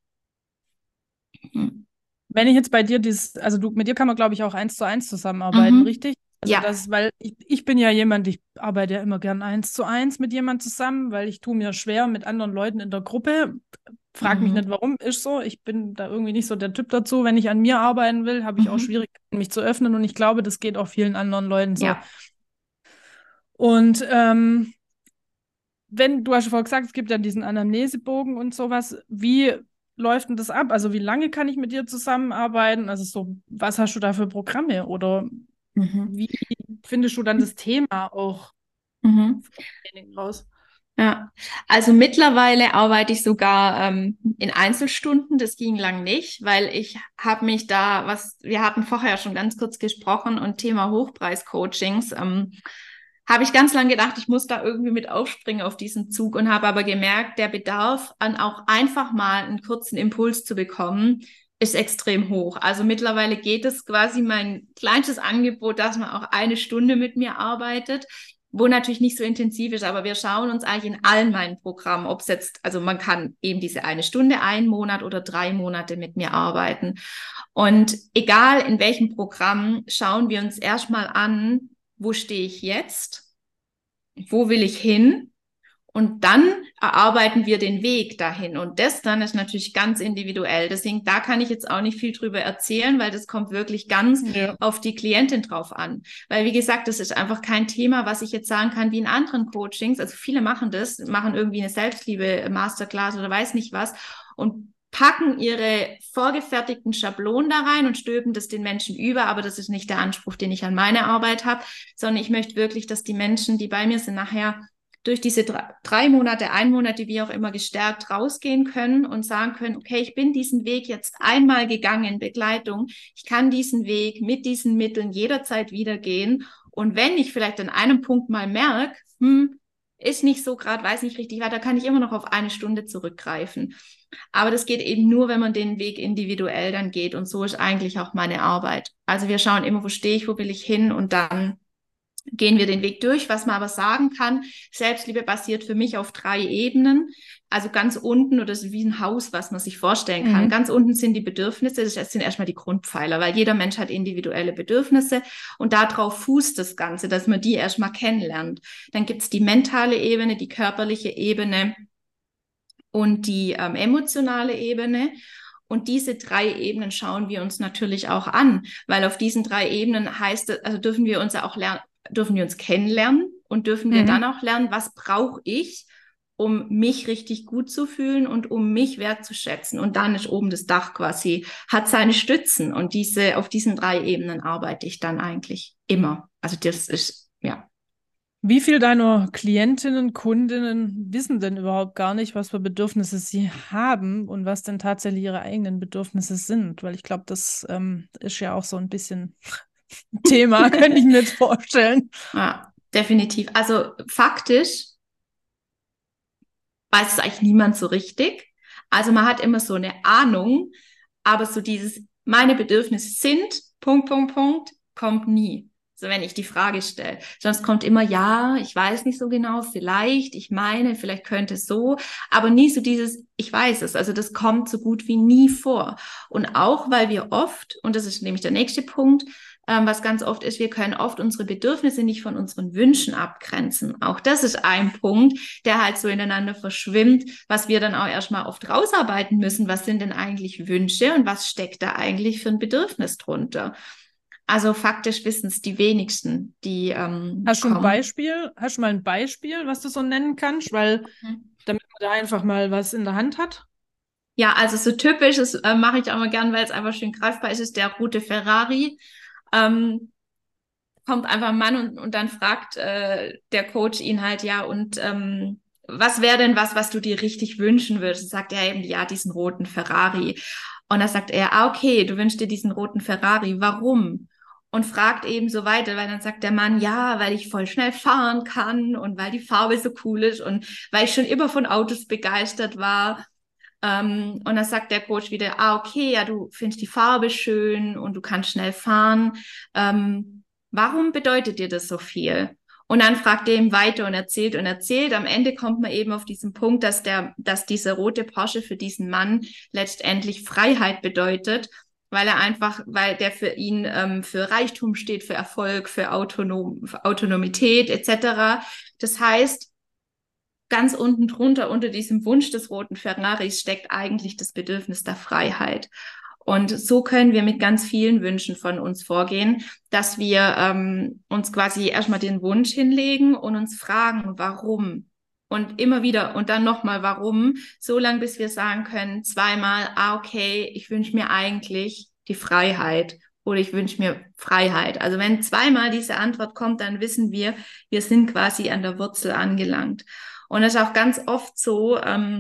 Mhm. Wenn ich jetzt bei dir also mit dir kann man, glaube ich, auch 1:1 zusammenarbeiten, Mhm. richtig? Also Ja. das, weil ich bin ja jemand, ich arbeite ja immer gern 1:1 mit jemandem zusammen, weil ich tue mir schwer mit anderen Leuten in der Gruppe. Frag mich nicht, Mhm. warum, ist so. Ich bin da irgendwie nicht so der Typ dazu. Wenn ich an mir arbeiten will, habe ich auch Mhm. Schwierigkeiten, mich zu öffnen und ich glaube, das geht auch vielen anderen Leuten so. Ja. Und wenn, du hast ja vorhin gesagt, es gibt ja diesen Anamnesebogen und sowas, wie läuft denn das ab? Also wie lange kann ich mit dir zusammenarbeiten? Also so, was hast du da für Programme? Oder Mhm. wie findest du dann das Thema auch Mhm. im Training raus? Ja, also mittlerweile arbeite ich sogar in Einzelstunden. Das ging lang nicht, weil ich habe mich da, wir hatten vorher schon ganz kurz gesprochen und Thema Hochpreis-Coachings, habe ich ganz lange gedacht, ich muss da irgendwie mit aufspringen auf diesen Zug und habe aber gemerkt, der Bedarf an auch einfach mal einen kurzen Impuls zu bekommen, ist extrem hoch. Also mittlerweile geht es quasi mein kleinstes Angebot, dass man auch eine Stunde mit mir arbeitet, wo natürlich nicht so intensiv ist, aber wir schauen uns eigentlich in allen meinen Programmen, ob es jetzt, also man kann eben diese eine Stunde, einen Monat oder 3 Monate mit mir arbeiten. Und egal in welchem Programm, schauen wir uns erstmal an, wo stehe ich jetzt, wo will ich hin und dann erarbeiten wir den Weg dahin. Und das dann ist natürlich ganz individuell. Deswegen, da kann ich jetzt auch nicht viel drüber erzählen, weil das kommt wirklich ganz Ja. auf die Klientin drauf an. Weil, wie gesagt, das ist einfach kein Thema, was ich jetzt sagen kann, wie in anderen Coachings. Also viele machen das, machen irgendwie eine Selbstliebe-Masterclass oder weiß nicht was und packen ihre vorgefertigten Schablonen da rein und stülpen das den Menschen über. Aber das ist nicht der Anspruch, den ich an meine Arbeit habe, sondern ich möchte wirklich, dass die Menschen, die bei mir sind, nachher durch diese 3 Monate, 1 Monat, wie auch immer, gestärkt rausgehen können und sagen können, okay, ich bin diesen Weg jetzt einmal gegangen in Begleitung. Ich kann diesen Weg mit diesen Mitteln jederzeit wieder gehen. Und wenn ich vielleicht an einem Punkt mal merke, ist nicht so gerade, weiß nicht richtig weiter, kann ich immer noch auf eine Stunde zurückgreifen. Aber das geht eben nur, wenn man den Weg individuell dann geht. Und so ist eigentlich auch meine Arbeit. Also wir schauen immer, wo stehe ich, wo will ich hin und dann gehen wir den Weg durch. Was man aber sagen kann, Selbstliebe basiert für mich auf 3 Ebenen. Also ganz unten, oder das ist wie ein Haus, was man sich vorstellen kann. Mhm. Ganz unten sind die Bedürfnisse, das sind erstmal die Grundpfeiler, weil jeder Mensch hat individuelle Bedürfnisse und darauf fußt das Ganze, dass man die erstmal kennenlernt. Dann gibt's die mentale Ebene, die körperliche Ebene und die emotionale Ebene. Und diese 3 Ebenen schauen wir uns natürlich auch an, weil auf diesen 3 Ebenen heißt es, also dürfen wir uns ja auch lernen, dürfen wir uns kennenlernen und dürfen wir dann Mhm. auch lernen, was brauche ich, um mich richtig gut zu fühlen und um mich wertzuschätzen. Und dann ist oben das Dach quasi, hat seine Stützen. Und auf diesen 3 Ebenen arbeite ich dann eigentlich immer. Also das ist, ja. Wie viel deiner Klientinnen, Kundinnen wissen denn überhaupt gar nicht, was für Bedürfnisse sie haben und was denn tatsächlich ihre eigenen Bedürfnisse sind? Weil ich glaube, das ist ja auch so ein bisschen Thema, könnte ich mir jetzt vorstellen. Ja, definitiv. Also faktisch weiß es eigentlich niemand so richtig. Also man hat immer so eine Ahnung, aber so dieses, meine Bedürfnisse sind, Punkt, Punkt, Punkt, kommt nie. So wenn ich die Frage stelle. Sonst kommt immer, ja, ich weiß nicht so genau, vielleicht, ich meine, vielleicht könnte es so, aber nie so dieses, ich weiß es. Also das kommt so gut wie nie vor. Und auch, weil wir oft, und das ist nämlich der nächste Punkt, was ganz oft ist, wir können oft unsere Bedürfnisse nicht von unseren Wünschen abgrenzen. Auch das ist ein Punkt, der halt so ineinander verschwimmt, was wir dann auch erstmal oft rausarbeiten müssen. Was sind denn eigentlich Wünsche und was steckt da eigentlich für ein Bedürfnis drunter? Also faktisch wissen es die wenigsten, die Hast du ein kommen. Beispiel? Hast du mal ein Beispiel, was du so nennen kannst? Weil, damit man da einfach mal was in der Hand hat. Ja, also so typisch, das mache ich auch mal gern, weil es einfach schön greifbar ist der rote Ferrari. Ähm, Kommt einfach ein Mann und dann fragt der Coach ihn halt, ja, und was wäre denn was du dir richtig wünschen würdest? Sagt er eben, ja, diesen roten Ferrari. Und dann sagt er, ah, okay, du wünschst dir diesen roten Ferrari. Warum? Und fragt eben so weiter, weil dann sagt der Mann, ja, weil ich voll schnell fahren kann und weil die Farbe so cool ist und weil ich schon immer von Autos begeistert war. Und dann sagt der Coach wieder, ah, okay, ja, du findest die Farbe schön und du kannst schnell fahren. Warum bedeutet dir das so viel? Und dann fragt er ihm weiter und erzählt und erzählt. Am Ende kommt man eben auf diesen Punkt, dass dieser rote Porsche für diesen Mann letztendlich Freiheit bedeutet, weil der für ihn für Reichtum steht, für Erfolg, für Autonomität etc. Das heißt, ganz unten drunter, unter diesem Wunsch des roten Ferraris, steckt eigentlich das Bedürfnis der Freiheit. Und so können wir mit ganz vielen Wünschen von uns vorgehen, dass wir uns quasi erstmal den Wunsch hinlegen und uns fragen, warum? Und immer wieder und dann nochmal, warum? So lange, bis wir sagen können, zweimal, ah, okay, ich wünsche mir eigentlich die Freiheit oder ich wünsche mir Freiheit. Also wenn zweimal diese Antwort kommt, dann wissen wir sind quasi an der Wurzel angelangt. Und das ist auch ganz oft so,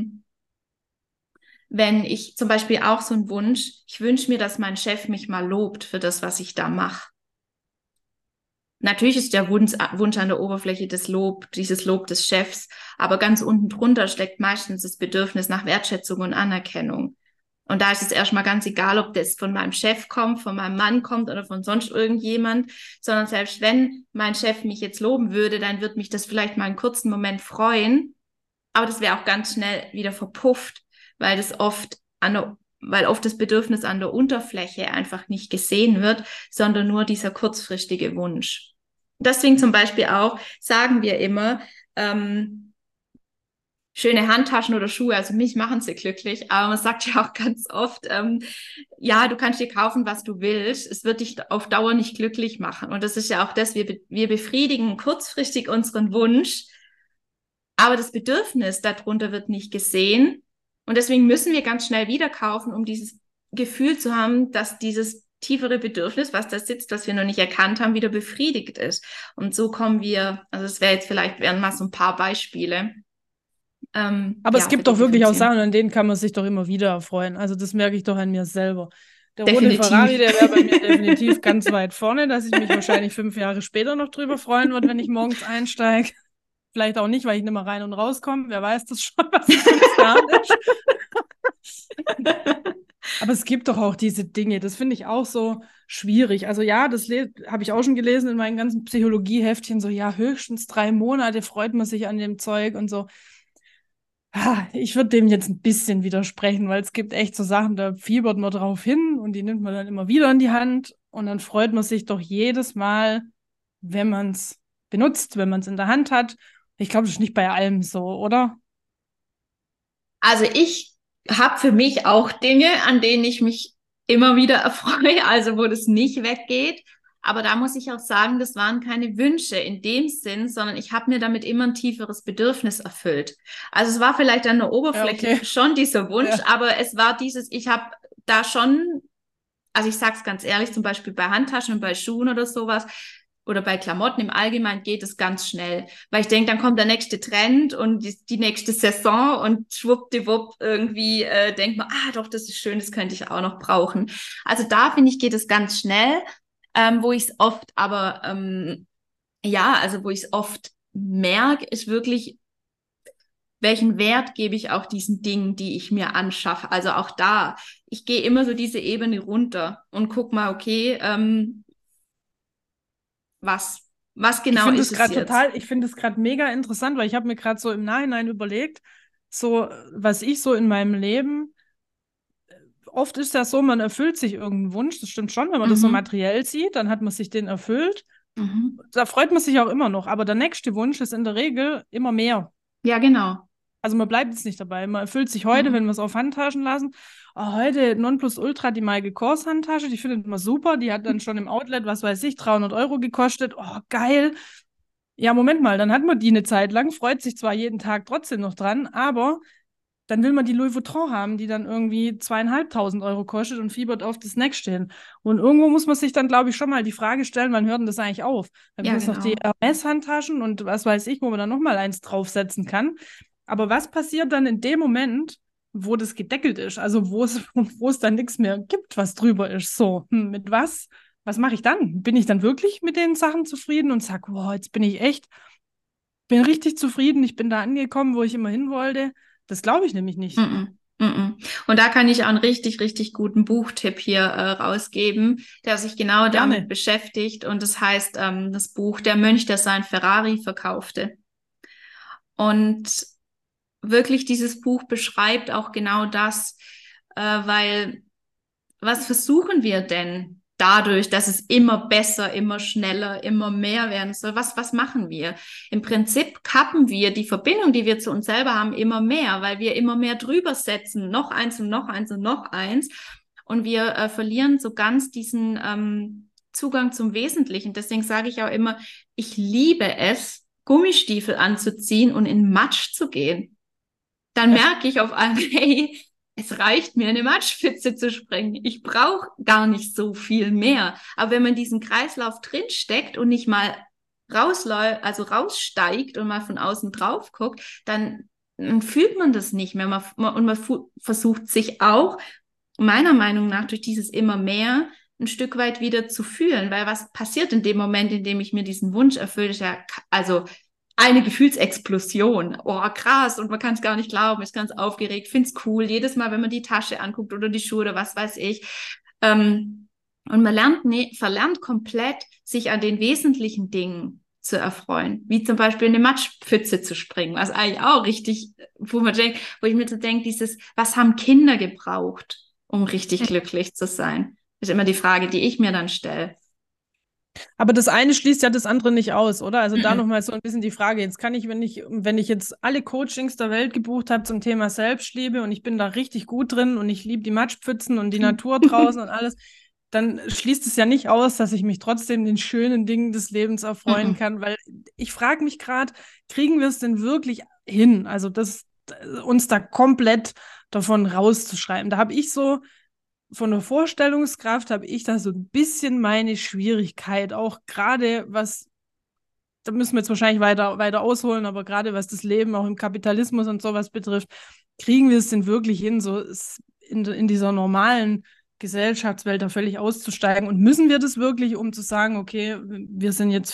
wenn ich zum Beispiel auch so einen Wunsch, ich wünsche mir, dass mein Chef mich mal lobt für das, was ich da mache. Natürlich ist der Wunsch an der Oberfläche dieses Lob des Chefs, aber ganz unten drunter steckt meistens das Bedürfnis nach Wertschätzung und Anerkennung. Und da ist es erstmal ganz egal, ob das von meinem Chef kommt, von meinem Mann kommt oder von sonst irgendjemand, sondern selbst wenn mein Chef mich jetzt loben würde, dann wird mich das vielleicht mal einen kurzen Moment freuen, aber das wäre auch ganz schnell wieder verpufft, weil weil oft das Bedürfnis an der Unterfläche einfach nicht gesehen wird, sondern nur dieser kurzfristige Wunsch. Deswegen zum Beispiel auch sagen wir immer, schöne Handtaschen oder Schuhe, also mich machen sie glücklich, aber man sagt ja auch ganz oft, ja, du kannst dir kaufen, was du willst, es wird dich auf Dauer nicht glücklich machen. Und das ist ja auch das, wir befriedigen kurzfristig unseren Wunsch, aber das Bedürfnis darunter wird nicht gesehen. Und deswegen müssen wir ganz schnell wieder kaufen, um dieses Gefühl zu haben, dass dieses tiefere Bedürfnis, was da sitzt, was wir noch nicht erkannt haben, wieder befriedigt ist. Und so kommen wir, also es wären mal so ein paar Beispiele. Aber es Ja, für gibt doch diese wirklich auch Funktion. Sachen, an denen kann man sich doch immer wieder erfreuen. Also das merke ich doch an mir selber. Der rote Ferrari, Definitiv. der wäre bei mir definitiv ganz weit vorne, dass ich mich wahrscheinlich 5 Jahre später noch drüber freuen würde, wenn ich morgens einsteige. Vielleicht auch nicht, weil ich nicht mehr rein und rauskomme. Wer weiß das schon, was in 5 Jahren ist. Aber es gibt doch auch diese Dinge, das finde ich auch so schwierig. Also ja, das habe ich auch schon gelesen in meinen ganzen Psychologieheftchen, so ja, höchstens 3 Monate freut man sich an dem Zeug und so. Ich würde dem jetzt ein bisschen widersprechen, weil es gibt echt so Sachen, da fiebert man drauf hin und die nimmt man dann immer wieder in die Hand und dann freut man sich doch jedes Mal, wenn man es benutzt, wenn man es in der Hand hat. Ich glaube, das ist nicht bei allem so, oder? Also ich habe für mich auch Dinge, an denen ich mich immer wieder erfreue, also wo das nicht weggeht. Aber da muss ich auch sagen, das waren keine Wünsche in dem Sinn, sondern ich habe mir damit immer ein tieferes Bedürfnis erfüllt. Also es war vielleicht an der Ja, Oberfläche okay. schon dieser Wunsch, Ja. aber es war ich habe da schon, also ich sage es ganz ehrlich, zum Beispiel bei Handtaschen und bei Schuhen oder sowas, oder bei Klamotten im Allgemeinen geht es ganz schnell. Weil ich denke, dann kommt der nächste Trend und die nächste Saison und schwuppdiwupp irgendwie denkt man, ah doch, das ist schön, das könnte ich auch noch brauchen. Also da finde ich, geht es ganz schnell, wo ich es oft aber, ja, also wo ich es oft merke, ist wirklich, welchen Wert gebe ich auch diesen Dingen, die ich mir anschaffe. Also auch da, ich gehe immer so diese Ebene runter und guck mal, okay, was Ich genau finde ist es es gerade jetzt? total, ich finde es gerade mega interessant, weil ich habe mir gerade so im Nachhinein überlegt, so was ich so in meinem Leben, oft ist das so, man erfüllt sich irgendeinen Wunsch, das stimmt schon, wenn man das so Mhm. materiell sieht, dann hat man sich den erfüllt. Mhm. Da freut man sich auch immer noch, aber der nächste Wunsch ist in der Regel immer mehr. Ja, genau. Also man bleibt jetzt nicht dabei. Man erfüllt sich heute, wenn wir Mhm. es auf Handtaschen lassen. Oh, heute Nonplusultra die Michael Kors Handtasche, die findet man super. Die hat dann schon im Outlet, was weiß ich, 300 € gekostet. Oh, geil. Ja, Moment mal, dann hat man die eine Zeit lang, freut sich zwar jeden Tag trotzdem noch dran, aber dann will man die Louis Vuitton haben, die dann irgendwie 2.500 € kostet und fiebert auf das nächste. Und irgendwo muss man sich dann, glaube ich, schon mal die Frage stellen, wann hört denn das eigentlich auf? Dann Ja, gibt es noch die genau. Hermes-Handtaschen und was weiß ich, wo man dann nochmal eins draufsetzen kann. Aber was passiert dann in dem Moment, wo das gedeckelt ist? Also wo es dann nichts mehr gibt, was drüber ist. So, mit was? Was mache ich dann? Bin ich dann wirklich mit den Sachen zufrieden und sage, wow, jetzt bin richtig zufrieden, ich bin da angekommen, wo ich immer hin wollte? Das glaube ich nämlich Mm nicht. -mm, mm -mm. Und da kann ich auch einen richtig, richtig guten Buchtipp hier rausgeben, der sich genau damit Gerne. beschäftigt. Und das heißt, das Buch Der Mönch, der sein Ferrari verkaufte. Und wirklich dieses Buch beschreibt auch genau das, weil was versuchen wir denn dadurch, dass es immer besser, immer schneller, immer mehr werden soll? Was machen wir? Im Prinzip kappen wir die Verbindung, die wir zu uns selber haben, immer mehr, weil wir immer mehr drüber setzen, noch eins und noch eins und noch eins. Und wir verlieren so ganz diesen Zugang zum Wesentlichen. Deswegen sage ich auch immer, ich liebe es, Gummistiefel anzuziehen und in Matsch zu gehen. Dann Ja. merke ich auf einmal, hey, es reicht mir, eine Matschpfütze zu sprengen. Ich brauche gar nicht so viel mehr. Aber wenn man in diesem Kreislauf drinsteckt und nicht mal also raussteigt und mal von außen drauf guckt, dann fühlt man das nicht mehr. Und man versucht sich auch, meiner Meinung nach, durch dieses immer mehr ein Stück weit wieder zu fühlen. Weil was passiert in dem Moment, in dem ich mir diesen Wunsch erfülle, ist ja, also eine Gefühlsexplosion. Oh, krass. Und man kann es gar nicht glauben, ist ganz aufgeregt, find's cool. Jedes Mal, wenn man die Tasche anguckt oder die Schuhe oder was weiß ich. Und man verlernt komplett, sich an den wesentlichen Dingen zu erfreuen. Wie zum Beispiel in eine Matschpfütze zu springen, was eigentlich auch richtig, wo ich mir so denke, was haben Kinder gebraucht, um richtig glücklich zu sein? Das ist immer die Frage, die ich mir dann stelle. Aber das eine schließt ja das andere nicht aus, oder? Also da Mhm. nochmal so ein bisschen die Frage. Jetzt kann ich, wenn ich jetzt alle Coachings der Welt gebucht habe zum Thema Selbstliebe und ich bin da richtig gut drin und ich liebe die Matschpfützen und die Natur draußen und alles, dann schließt es ja nicht aus, dass ich mich trotzdem den schönen Dingen des Lebens erfreuen Mhm. kann, weil ich frage mich gerade, kriegen wir es denn wirklich hin? Also uns da komplett davon rauszuschreiben. Da habe ich so von der Vorstellungskraft habe ich da so ein bisschen meine Schwierigkeit, auch gerade was, da müssen wir jetzt wahrscheinlich weiter ausholen, aber gerade was das Leben auch im Kapitalismus und sowas betrifft, kriegen wir es denn wirklich hin, so in dieser normalen Gesellschaftswelt da völlig auszusteigen? Und müssen wir das wirklich, um zu sagen, okay, wir sind jetzt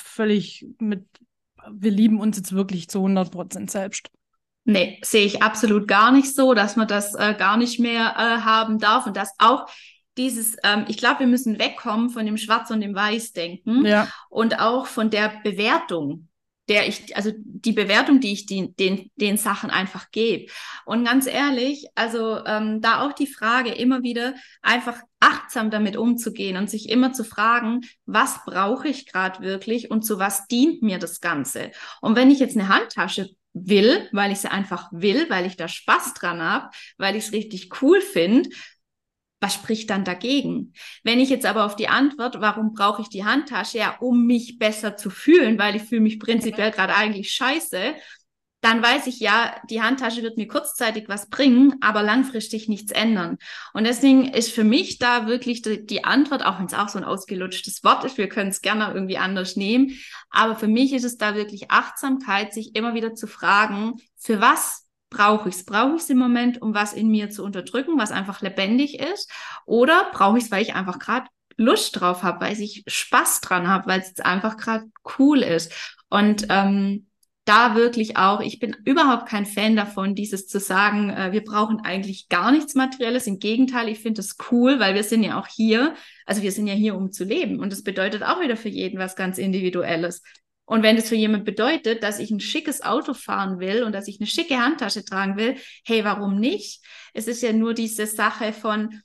wir lieben uns jetzt wirklich zu 100% selbst? Nee, sehe ich absolut gar nicht so, dass man das gar nicht mehr haben darf und dass auch ich glaube, wir müssen wegkommen von dem Schwarz- und dem Weiß-Denken Ja, und auch von der Bewertung, also die Bewertung, die ich den Sachen einfach gebe. Und ganz ehrlich, also da auch die Frage immer wieder einfach achtsam damit umzugehen und sich immer zu fragen, was brauche ich gerade wirklich und zu was dient mir das Ganze? Und wenn ich jetzt eine Handtasche will, weil ich sie einfach will, weil ich da Spaß dran habe, weil ich es richtig cool finde, was spricht dann dagegen? Wenn ich jetzt aber auf die Antwort, warum brauche ich die Handtasche? Ja, um mich besser zu fühlen, weil ich fühle mich prinzipiell gerade eigentlich scheiße, dann weiß ich ja, die Handtasche wird mir kurzzeitig was bringen, aber langfristig nichts ändern. Und deswegen ist für mich da wirklich die Antwort, auch wenn es auch so ein ausgelutschtes Wort ist, wir können es gerne irgendwie anders nehmen, aber für mich ist es da wirklich Achtsamkeit, sich immer wieder zu fragen, für was brauche ich es? Brauche ich es im Moment, um was in mir zu unterdrücken, was einfach lebendig ist? Oder brauche ich es, weil ich einfach gerade Lust drauf habe, weil ich Spaß dran habe, weil es einfach gerade cool ist? Und da wirklich auch, ich bin überhaupt kein Fan davon, dieses zu sagen, wir brauchen eigentlich gar nichts Materielles. Im Gegenteil, ich finde es cool, weil wir sind ja auch hier, also wir sind ja hier, um zu leben. Und das bedeutet auch wieder für jeden was ganz Individuelles. Und wenn es für jemand bedeutet, dass ich ein schickes Auto fahren will und dass ich eine schicke Handtasche tragen will, hey, warum nicht? Es ist ja nur diese Sache von,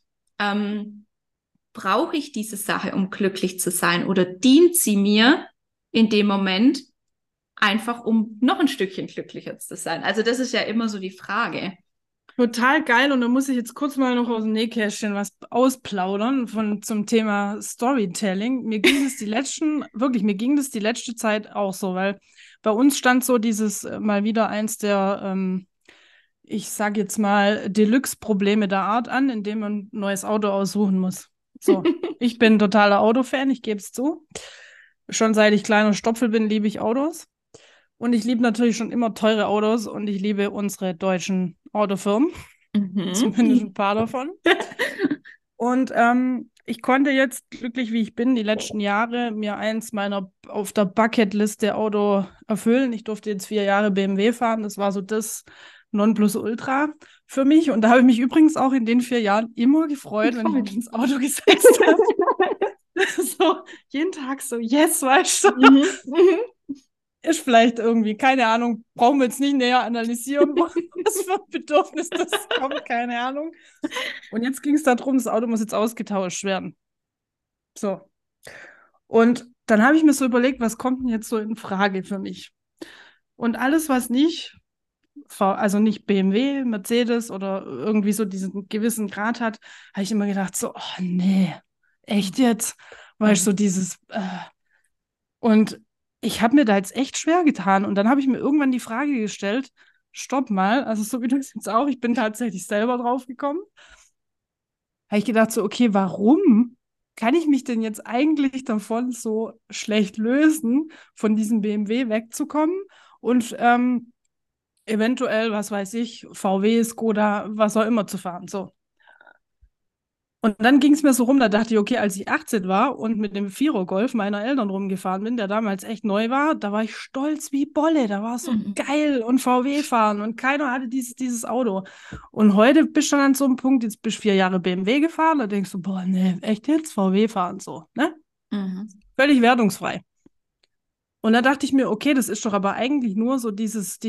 brauche ich diese Sache, um glücklich zu sein? Oder dient sie mir in dem Moment einfach, um noch ein Stückchen glücklicher zu sein? Also das ist ja immer so die Frage. total geil. Und da muss ich jetzt kurz mal noch aus dem Nähkästchen was ausplaudern zum Thema Storytelling. Mir ging das die letzte Zeit auch so, weil bei uns stand so mal wieder eins ich sage jetzt mal, Deluxe-Probleme der Art an, indem man ein neues Auto aussuchen muss. So, ich bin totaler Autofan, ich gebe es zu. Schon seit ich kleiner Stopfel bin, liebe ich Autos. Und ich liebe natürlich schon immer teure Autos und ich liebe unsere deutschen Autofirmen, zumindest ein Mhm. paar davon. Und ich konnte jetzt, glücklich wie ich bin, die letzten Jahre mir eins meiner auf der Bucketliste Auto erfüllen. Ich durfte jetzt 4 Jahre BMW fahren. Das war so das Nonplusultra für mich. Und da habe ich mich übrigens auch in den 4 Jahren immer gefreut, wenn ich mich ins Auto gesetzt habe. So, jeden Tag so, yes, weißt du. Mhm. Mhm. Ist vielleicht irgendwie, keine Ahnung, brauchen wir jetzt nicht näher analysieren, was für ein Bedürfnis das kommt, keine Ahnung. Und jetzt ging es darum, das Auto muss jetzt ausgetauscht werden. So. Und dann habe ich mir so überlegt, was kommt denn jetzt so in Frage für mich? Und alles, was nicht, also nicht BMW, Mercedes oder irgendwie so diesen gewissen Grad hat, habe ich immer gedacht, so, oh nee, echt jetzt? Weißt du, so Mhm. dieses, Und ich habe mir da jetzt echt schwer getan. Und dann habe ich mir irgendwann die Frage gestellt, stopp mal, also so wie du es jetzt auch, ich bin tatsächlich selber drauf gekommen. Habe ich gedacht so, okay, warum kann ich mich denn jetzt eigentlich davon so schlecht lösen, von diesem BMW wegzukommen und eventuell, was weiß ich, VW, Skoda, was auch immer zu fahren, so. Und dann ging es mir so rum, da dachte ich, okay, als ich 18 war und mit dem Vierer Golf meiner Eltern rumgefahren bin, der damals echt neu war, da war ich stolz wie Bolle, da war es so Mhm. geil und VW fahren und keiner hatte dieses Auto. Und heute bist du dann an so einem Punkt, jetzt bist du 4 Jahre BMW gefahren, da denkst du, boah, nee, echt jetzt VW fahren so, ne? Mhm. Völlig wertungsfrei. Und da dachte ich mir, okay, das ist doch aber eigentlich nur so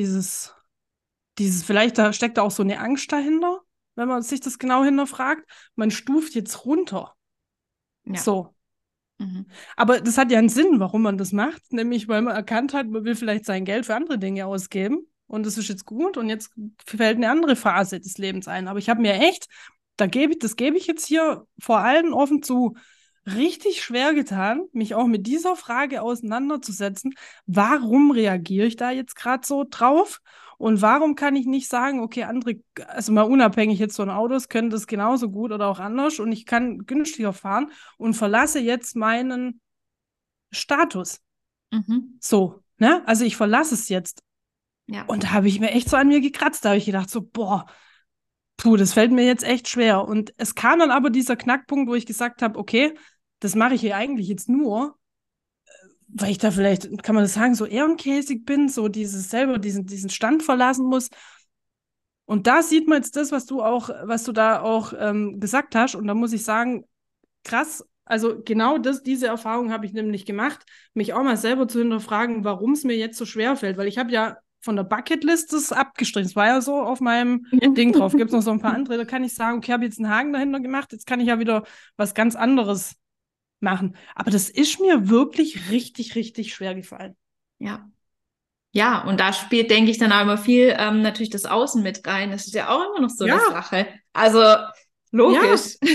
dieses, vielleicht da steckt da auch so eine Angst dahinter, wenn man sich das genau hinterfragt. Man stuft jetzt runter. Ja. So. Mhm. Aber das hat ja einen Sinn, warum man das macht, nämlich weil man erkannt hat, man will vielleicht sein Geld für andere Dinge ausgeben und das ist jetzt gut und jetzt fällt eine andere Phase des Lebens ein. Aber ich habe mir echt, das gebe ich jetzt hier vor allen offen zu, richtig schwer getan, mich auch mit dieser Frage auseinanderzusetzen. Warum reagiere ich da jetzt gerade so drauf? Und warum kann ich nicht sagen, okay, andere, also mal unabhängig jetzt von Autos, können das genauso gut oder auch anders und ich kann günstiger fahren und verlasse jetzt meinen Status. Mhm. So, ne? Also ich verlasse es jetzt. Ja. Und da habe ich mir echt so an mir gekratzt. Da habe ich gedacht, so, boah, puh, das fällt mir jetzt echt schwer. Und es kam dann aber dieser Knackpunkt, wo ich gesagt habe, okay, das mache ich hier eigentlich jetzt nur, weil ich da vielleicht, kann man das sagen, so ehrenkäsig bin, so dieses selber, diesen Stand verlassen muss. Und da sieht man jetzt das, was du da auch gesagt hast. Und da muss ich sagen, krass, also genau diese Erfahrung habe ich nämlich gemacht, mich auch mal selber zu hinterfragen, warum es mir jetzt so schwer fällt, weil ich habe ja von der Bucketlist das abgestrichen. Es war ja so auf meinem Ding drauf. Gibt es noch so ein paar andere, da kann ich sagen, okay, habe jetzt einen Haken dahinter gemacht, jetzt kann ich ja wieder was ganz anderes machen. Aber das ist mir wirklich richtig, richtig schwer gefallen. Ja. Ja, und da spielt, denke ich, dann auch immer viel natürlich das Außen mit rein. Das ist ja auch immer noch so eine Ja, Sache. Also ja. logisch.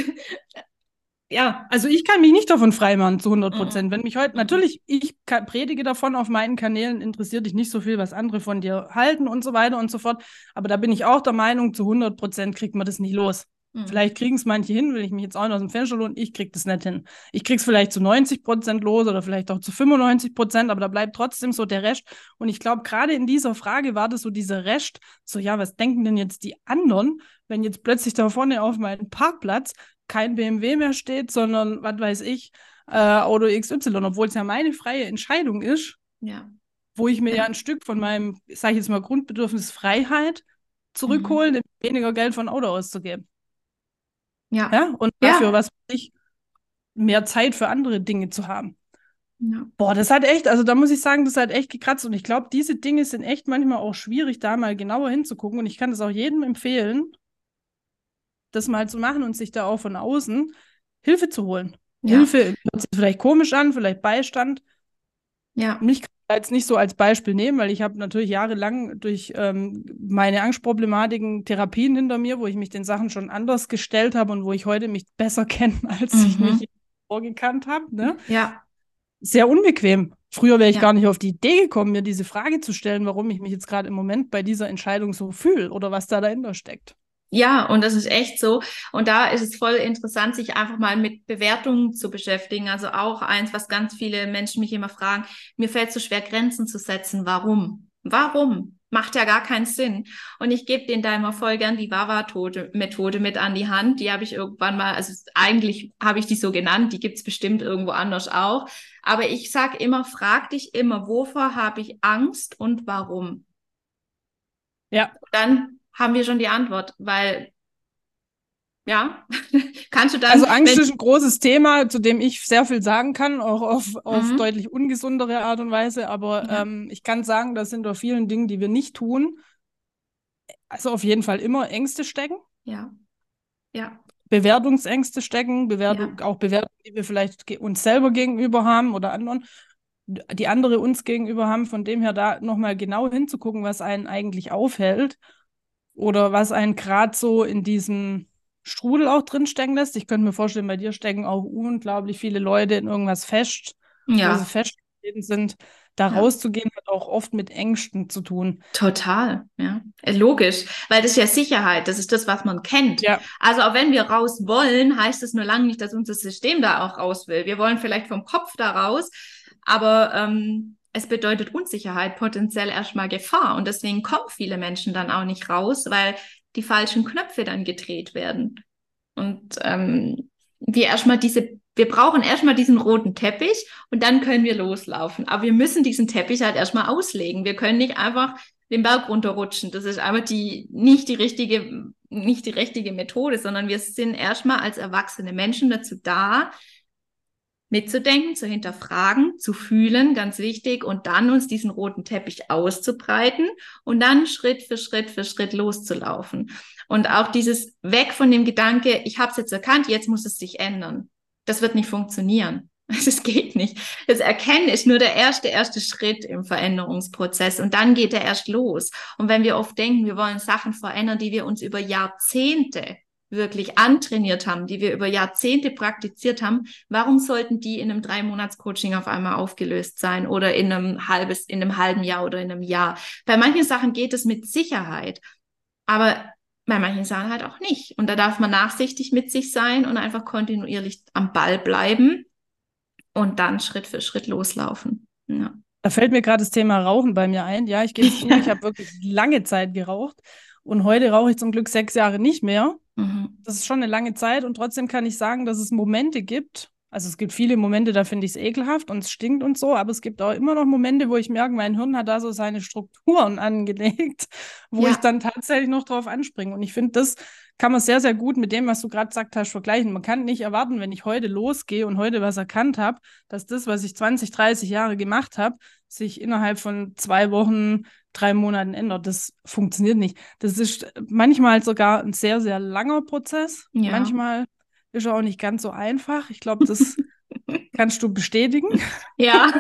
Ja. Also ich kann mich nicht davon freimachen zu 100%. Mhm. Wenn mich heute, Mhm. natürlich, ich predige davon auf meinen Kanälen, interessiert dich nicht so viel, was andere von dir halten und so weiter und so fort. Aber da bin ich auch der Meinung, zu 100% kriegt man das nicht los. Mhm. Vielleicht kriegen es manche hin, will ich mich jetzt auch nicht aus dem Fenster lohnen, ich krieg das nicht hin. Ich krieg's vielleicht zu 90% los oder vielleicht auch zu 95%, aber da bleibt trotzdem so der Rest. Und ich glaube, gerade in dieser Frage war das so dieser Rest, so ja, was denken denn jetzt die anderen, wenn jetzt plötzlich da vorne auf meinem Parkplatz kein BMW mehr steht, sondern, was weiß ich, Auto XY, obwohl es ja meine freie Entscheidung ist, Ja. wo ich mir ja Ja. ein Stück von meinem, sage ich jetzt mal, Grundbedürfnis Freiheit Mhm. zurückholen, weniger Geld für ein Auto auszugeben. Ja. Ja? Und dafür, Ja. was weiß ich, mehr Zeit für andere Dinge zu haben. Ja. Boah, das hat echt, also da muss ich sagen, das hat echt gekratzt. Und ich glaube, diese Dinge sind echt manchmal auch schwierig, da mal genauer hinzugucken. Und ich kann das auch jedem empfehlen, das mal zu machen und sich da auch von außen Hilfe zu holen. Ja. Hilfe hört sich vielleicht komisch an, vielleicht Beistand. Ja. Mich kann ich jetzt nicht so als Beispiel nehmen, weil ich habe natürlich jahrelang durch meine Angstproblematiken Therapien hinter mir, wo ich mich den Sachen schon anders gestellt habe und wo ich heute mich besser kenne, als ich Mhm. mich vorgekannt habe. Ne? Ja. Sehr unbequem. Früher wäre ich Ja. gar nicht auf die Idee gekommen, mir diese Frage zu stellen, warum ich mich jetzt gerade im Moment bei dieser Entscheidung so fühle oder was da dahinter steckt. Ja, und das ist echt so. Und da ist es voll interessant, sich einfach mal mit Bewertungen zu beschäftigen. Also auch eins, was ganz viele Menschen mich immer fragen, mir fällt es so schwer, Grenzen zu setzen. Warum? Warum? Macht ja gar keinen Sinn. Und ich gebe denen da immer voll gern die Wawa-Methode mit an die Hand. Die habe ich irgendwann mal, also eigentlich habe ich die so genannt, die gibt's bestimmt irgendwo anders auch. Aber ich sage immer, frag dich immer, wovor habe ich Angst und warum? Ja, Dann haben wir schon die Antwort, weil ja, kannst du also dann, Angst wenn, ist ein großes Thema, zu dem ich sehr viel sagen kann, auch auf mhm, deutlich ungesundere Art und Weise. Aber ja, ich kann sagen, das sind doch vielen Dingen, die wir nicht tun. Also auf jeden Fall immer Ängste stecken, ja, ja, Bewertungsängste stecken, ja, Auch Bewertungen, die wir vielleicht uns selber gegenüber haben oder anderen, die andere uns gegenüber haben. Von dem her da nochmal genau hinzugucken, was einen eigentlich aufhält oder was einen gerade so in diesem Strudel auch drin stecken lässt. Ich könnte mir vorstellen, bei dir stecken auch unglaublich viele Leute in irgendwas fest, wo sie ja, festgetreten sind. Da ja, rauszugehen hat auch oft mit Ängsten zu tun. total, ja. Logisch, weil das ist ja Sicherheit, das ist das, was man kennt. Ja, Also auch wenn wir raus wollen, heißt es nur lange nicht, dass unser System da auch raus will. Wir wollen vielleicht vom Kopf da raus, aber es bedeutet Unsicherheit, potenziell erstmal Gefahr. Und deswegen kommen viele Menschen dann auch nicht raus, weil die falschen Knöpfe dann gedreht werden. Und wir brauchen erstmal diesen roten Teppich und dann können wir loslaufen. Aber wir müssen diesen Teppich halt erstmal auslegen. Wir können nicht einfach den Berg runterrutschen. Das ist einfach nicht die richtige Methode, sondern wir sind erstmal als erwachsene Menschen dazu da, mitzudenken, zu hinterfragen, zu fühlen, ganz wichtig, und dann uns diesen roten Teppich auszubreiten und dann Schritt für Schritt loszulaufen. Und auch dieses Weg von dem Gedanke, ich habe es jetzt erkannt, jetzt muss es sich ändern. Das wird nicht funktionieren. Das geht nicht. Das Erkennen ist nur der erste Schritt im Veränderungsprozess und dann geht er erst los. Und wenn wir oft denken, wir wollen Sachen verändern, die wir uns über Jahrzehnte wirklich antrainiert haben, die wir über Jahrzehnte praktiziert haben, warum sollten die in einem 3-Monats-Coaching auf einmal aufgelöst sein oder in in einem halben Jahr oder in einem Jahr? Bei manchen Sachen geht es mit Sicherheit, aber bei manchen Sachen halt auch nicht. Und da darf man nachsichtig mit sich sein und einfach kontinuierlich am Ball bleiben und dann Schritt für Schritt loslaufen. Ja. da fällt mir gerade das Thema Rauchen bei mir ein. Ja, ich gebe es zu, ich habe wirklich lange Zeit geraucht und heute rauche ich zum Glück 6 Jahre nicht mehr. Mhm. Das ist schon eine lange Zeit und trotzdem kann ich sagen, dass es Momente gibt. Also es gibt viele Momente, da finde ich es ekelhaft und es stinkt und so, aber es gibt auch immer noch Momente, wo ich merke, mein Hirn hat da so seine Strukturen angelegt, wo ich Ja, dann tatsächlich noch drauf anspringe. Und ich finde, das kann man sehr, sehr gut mit dem, was du gerade gesagt hast, vergleichen. Man kann nicht erwarten, wenn ich heute losgehe und heute was erkannt habe, dass das, was ich 20, 30 Jahre gemacht habe, sich innerhalb von 2 Wochen, 3 Monaten ändert. Das funktioniert nicht. Das ist manchmal sogar ein sehr, sehr langer Prozess. ja, Manchmal ist er auch nicht ganz so einfach. Ich glaube, das kannst du bestätigen. ja.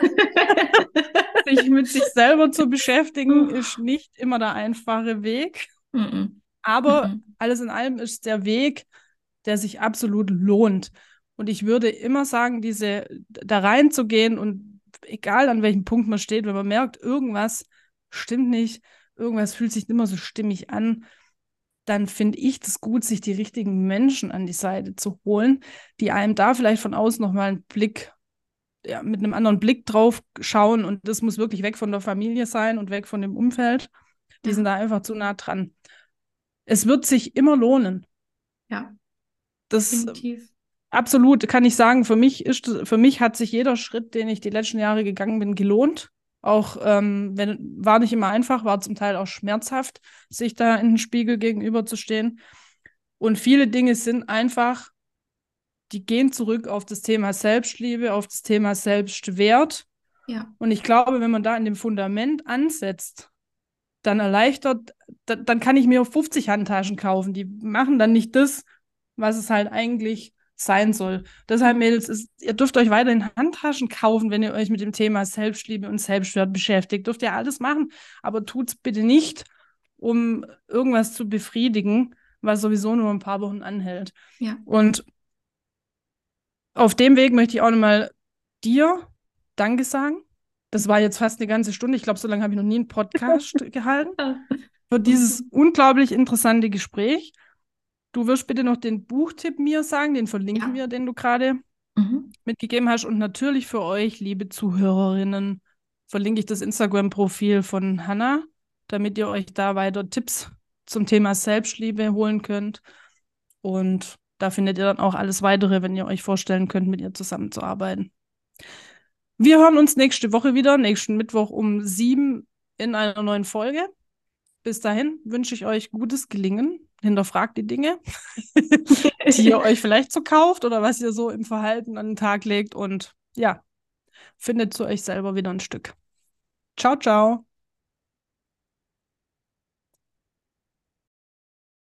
Sich mit sich selber zu beschäftigen, ist nicht immer der einfache Weg. Mhm. Aber Mhm. alles in allem ist der Weg, der sich absolut lohnt. Und ich würde immer sagen, da reinzugehen und egal an welchem Punkt man steht, wenn man merkt, irgendwas stimmt nicht, irgendwas fühlt sich nicht mehr so stimmig an, dann finde ich das gut, sich die richtigen Menschen an die Seite zu holen, die einem da vielleicht von außen nochmal einen Blick, ja, mit einem anderen Blick drauf schauen. Und das muss wirklich weg von der Familie sein und weg von dem Umfeld. Die sind Ja, da einfach zu nah dran. Es wird sich immer lohnen. ja, Das definitiv. absolut kann ich sagen. Für mich hat sich jeder Schritt, den ich die letzten Jahre gegangen bin, gelohnt. Auch war nicht immer einfach, war zum Teil auch schmerzhaft, sich da in den Spiegel gegenüberzustehen. Und viele Dinge sind einfach, die gehen zurück auf das Thema Selbstliebe, auf das Thema Selbstwert. Ja, Und ich glaube, wenn man da in dem Fundament ansetzt, dann dann kann ich mir 50 Handtaschen kaufen. Die machen dann nicht das, was es halt eigentlich sein soll. Deshalb, Mädels, ihr dürft euch weiterhin Handtaschen kaufen, wenn ihr euch mit dem Thema Selbstliebe und Selbstwert beschäftigt. Dürft ihr alles machen, aber tut's bitte nicht, um irgendwas zu befriedigen, was sowieso nur ein paar Wochen anhält. ja, Und auf dem Weg möchte ich auch nochmal dir Danke sagen, Das war jetzt fast eine ganze Stunde. Ich glaube, so lange habe ich noch nie einen Podcast gehalten. Für dieses unglaublich interessante Gespräch. Du wirst bitte noch den Buchtipp mir sagen, den verlinken Ja. wir, den du gerade Mhm. mitgegeben hast. Und natürlich für euch, liebe Zuhörerinnen, verlinke ich das Instagram-Profil von Hannah, damit ihr euch da weiter Tipps zum Thema Selbstliebe holen könnt. Und da findet ihr dann auch alles weitere, wenn ihr euch vorstellen könnt, mit ihr zusammenzuarbeiten. Wir hören uns nächste Woche wieder, nächsten Mittwoch um 7 in einer neuen Folge. Bis dahin wünsche ich euch gutes Gelingen. Hinterfragt die Dinge, die ihr euch vielleicht so kauft oder was ihr so im Verhalten an den Tag legt. Und ja, findet zu euch selber wieder ein Stück. Ciao, ciao.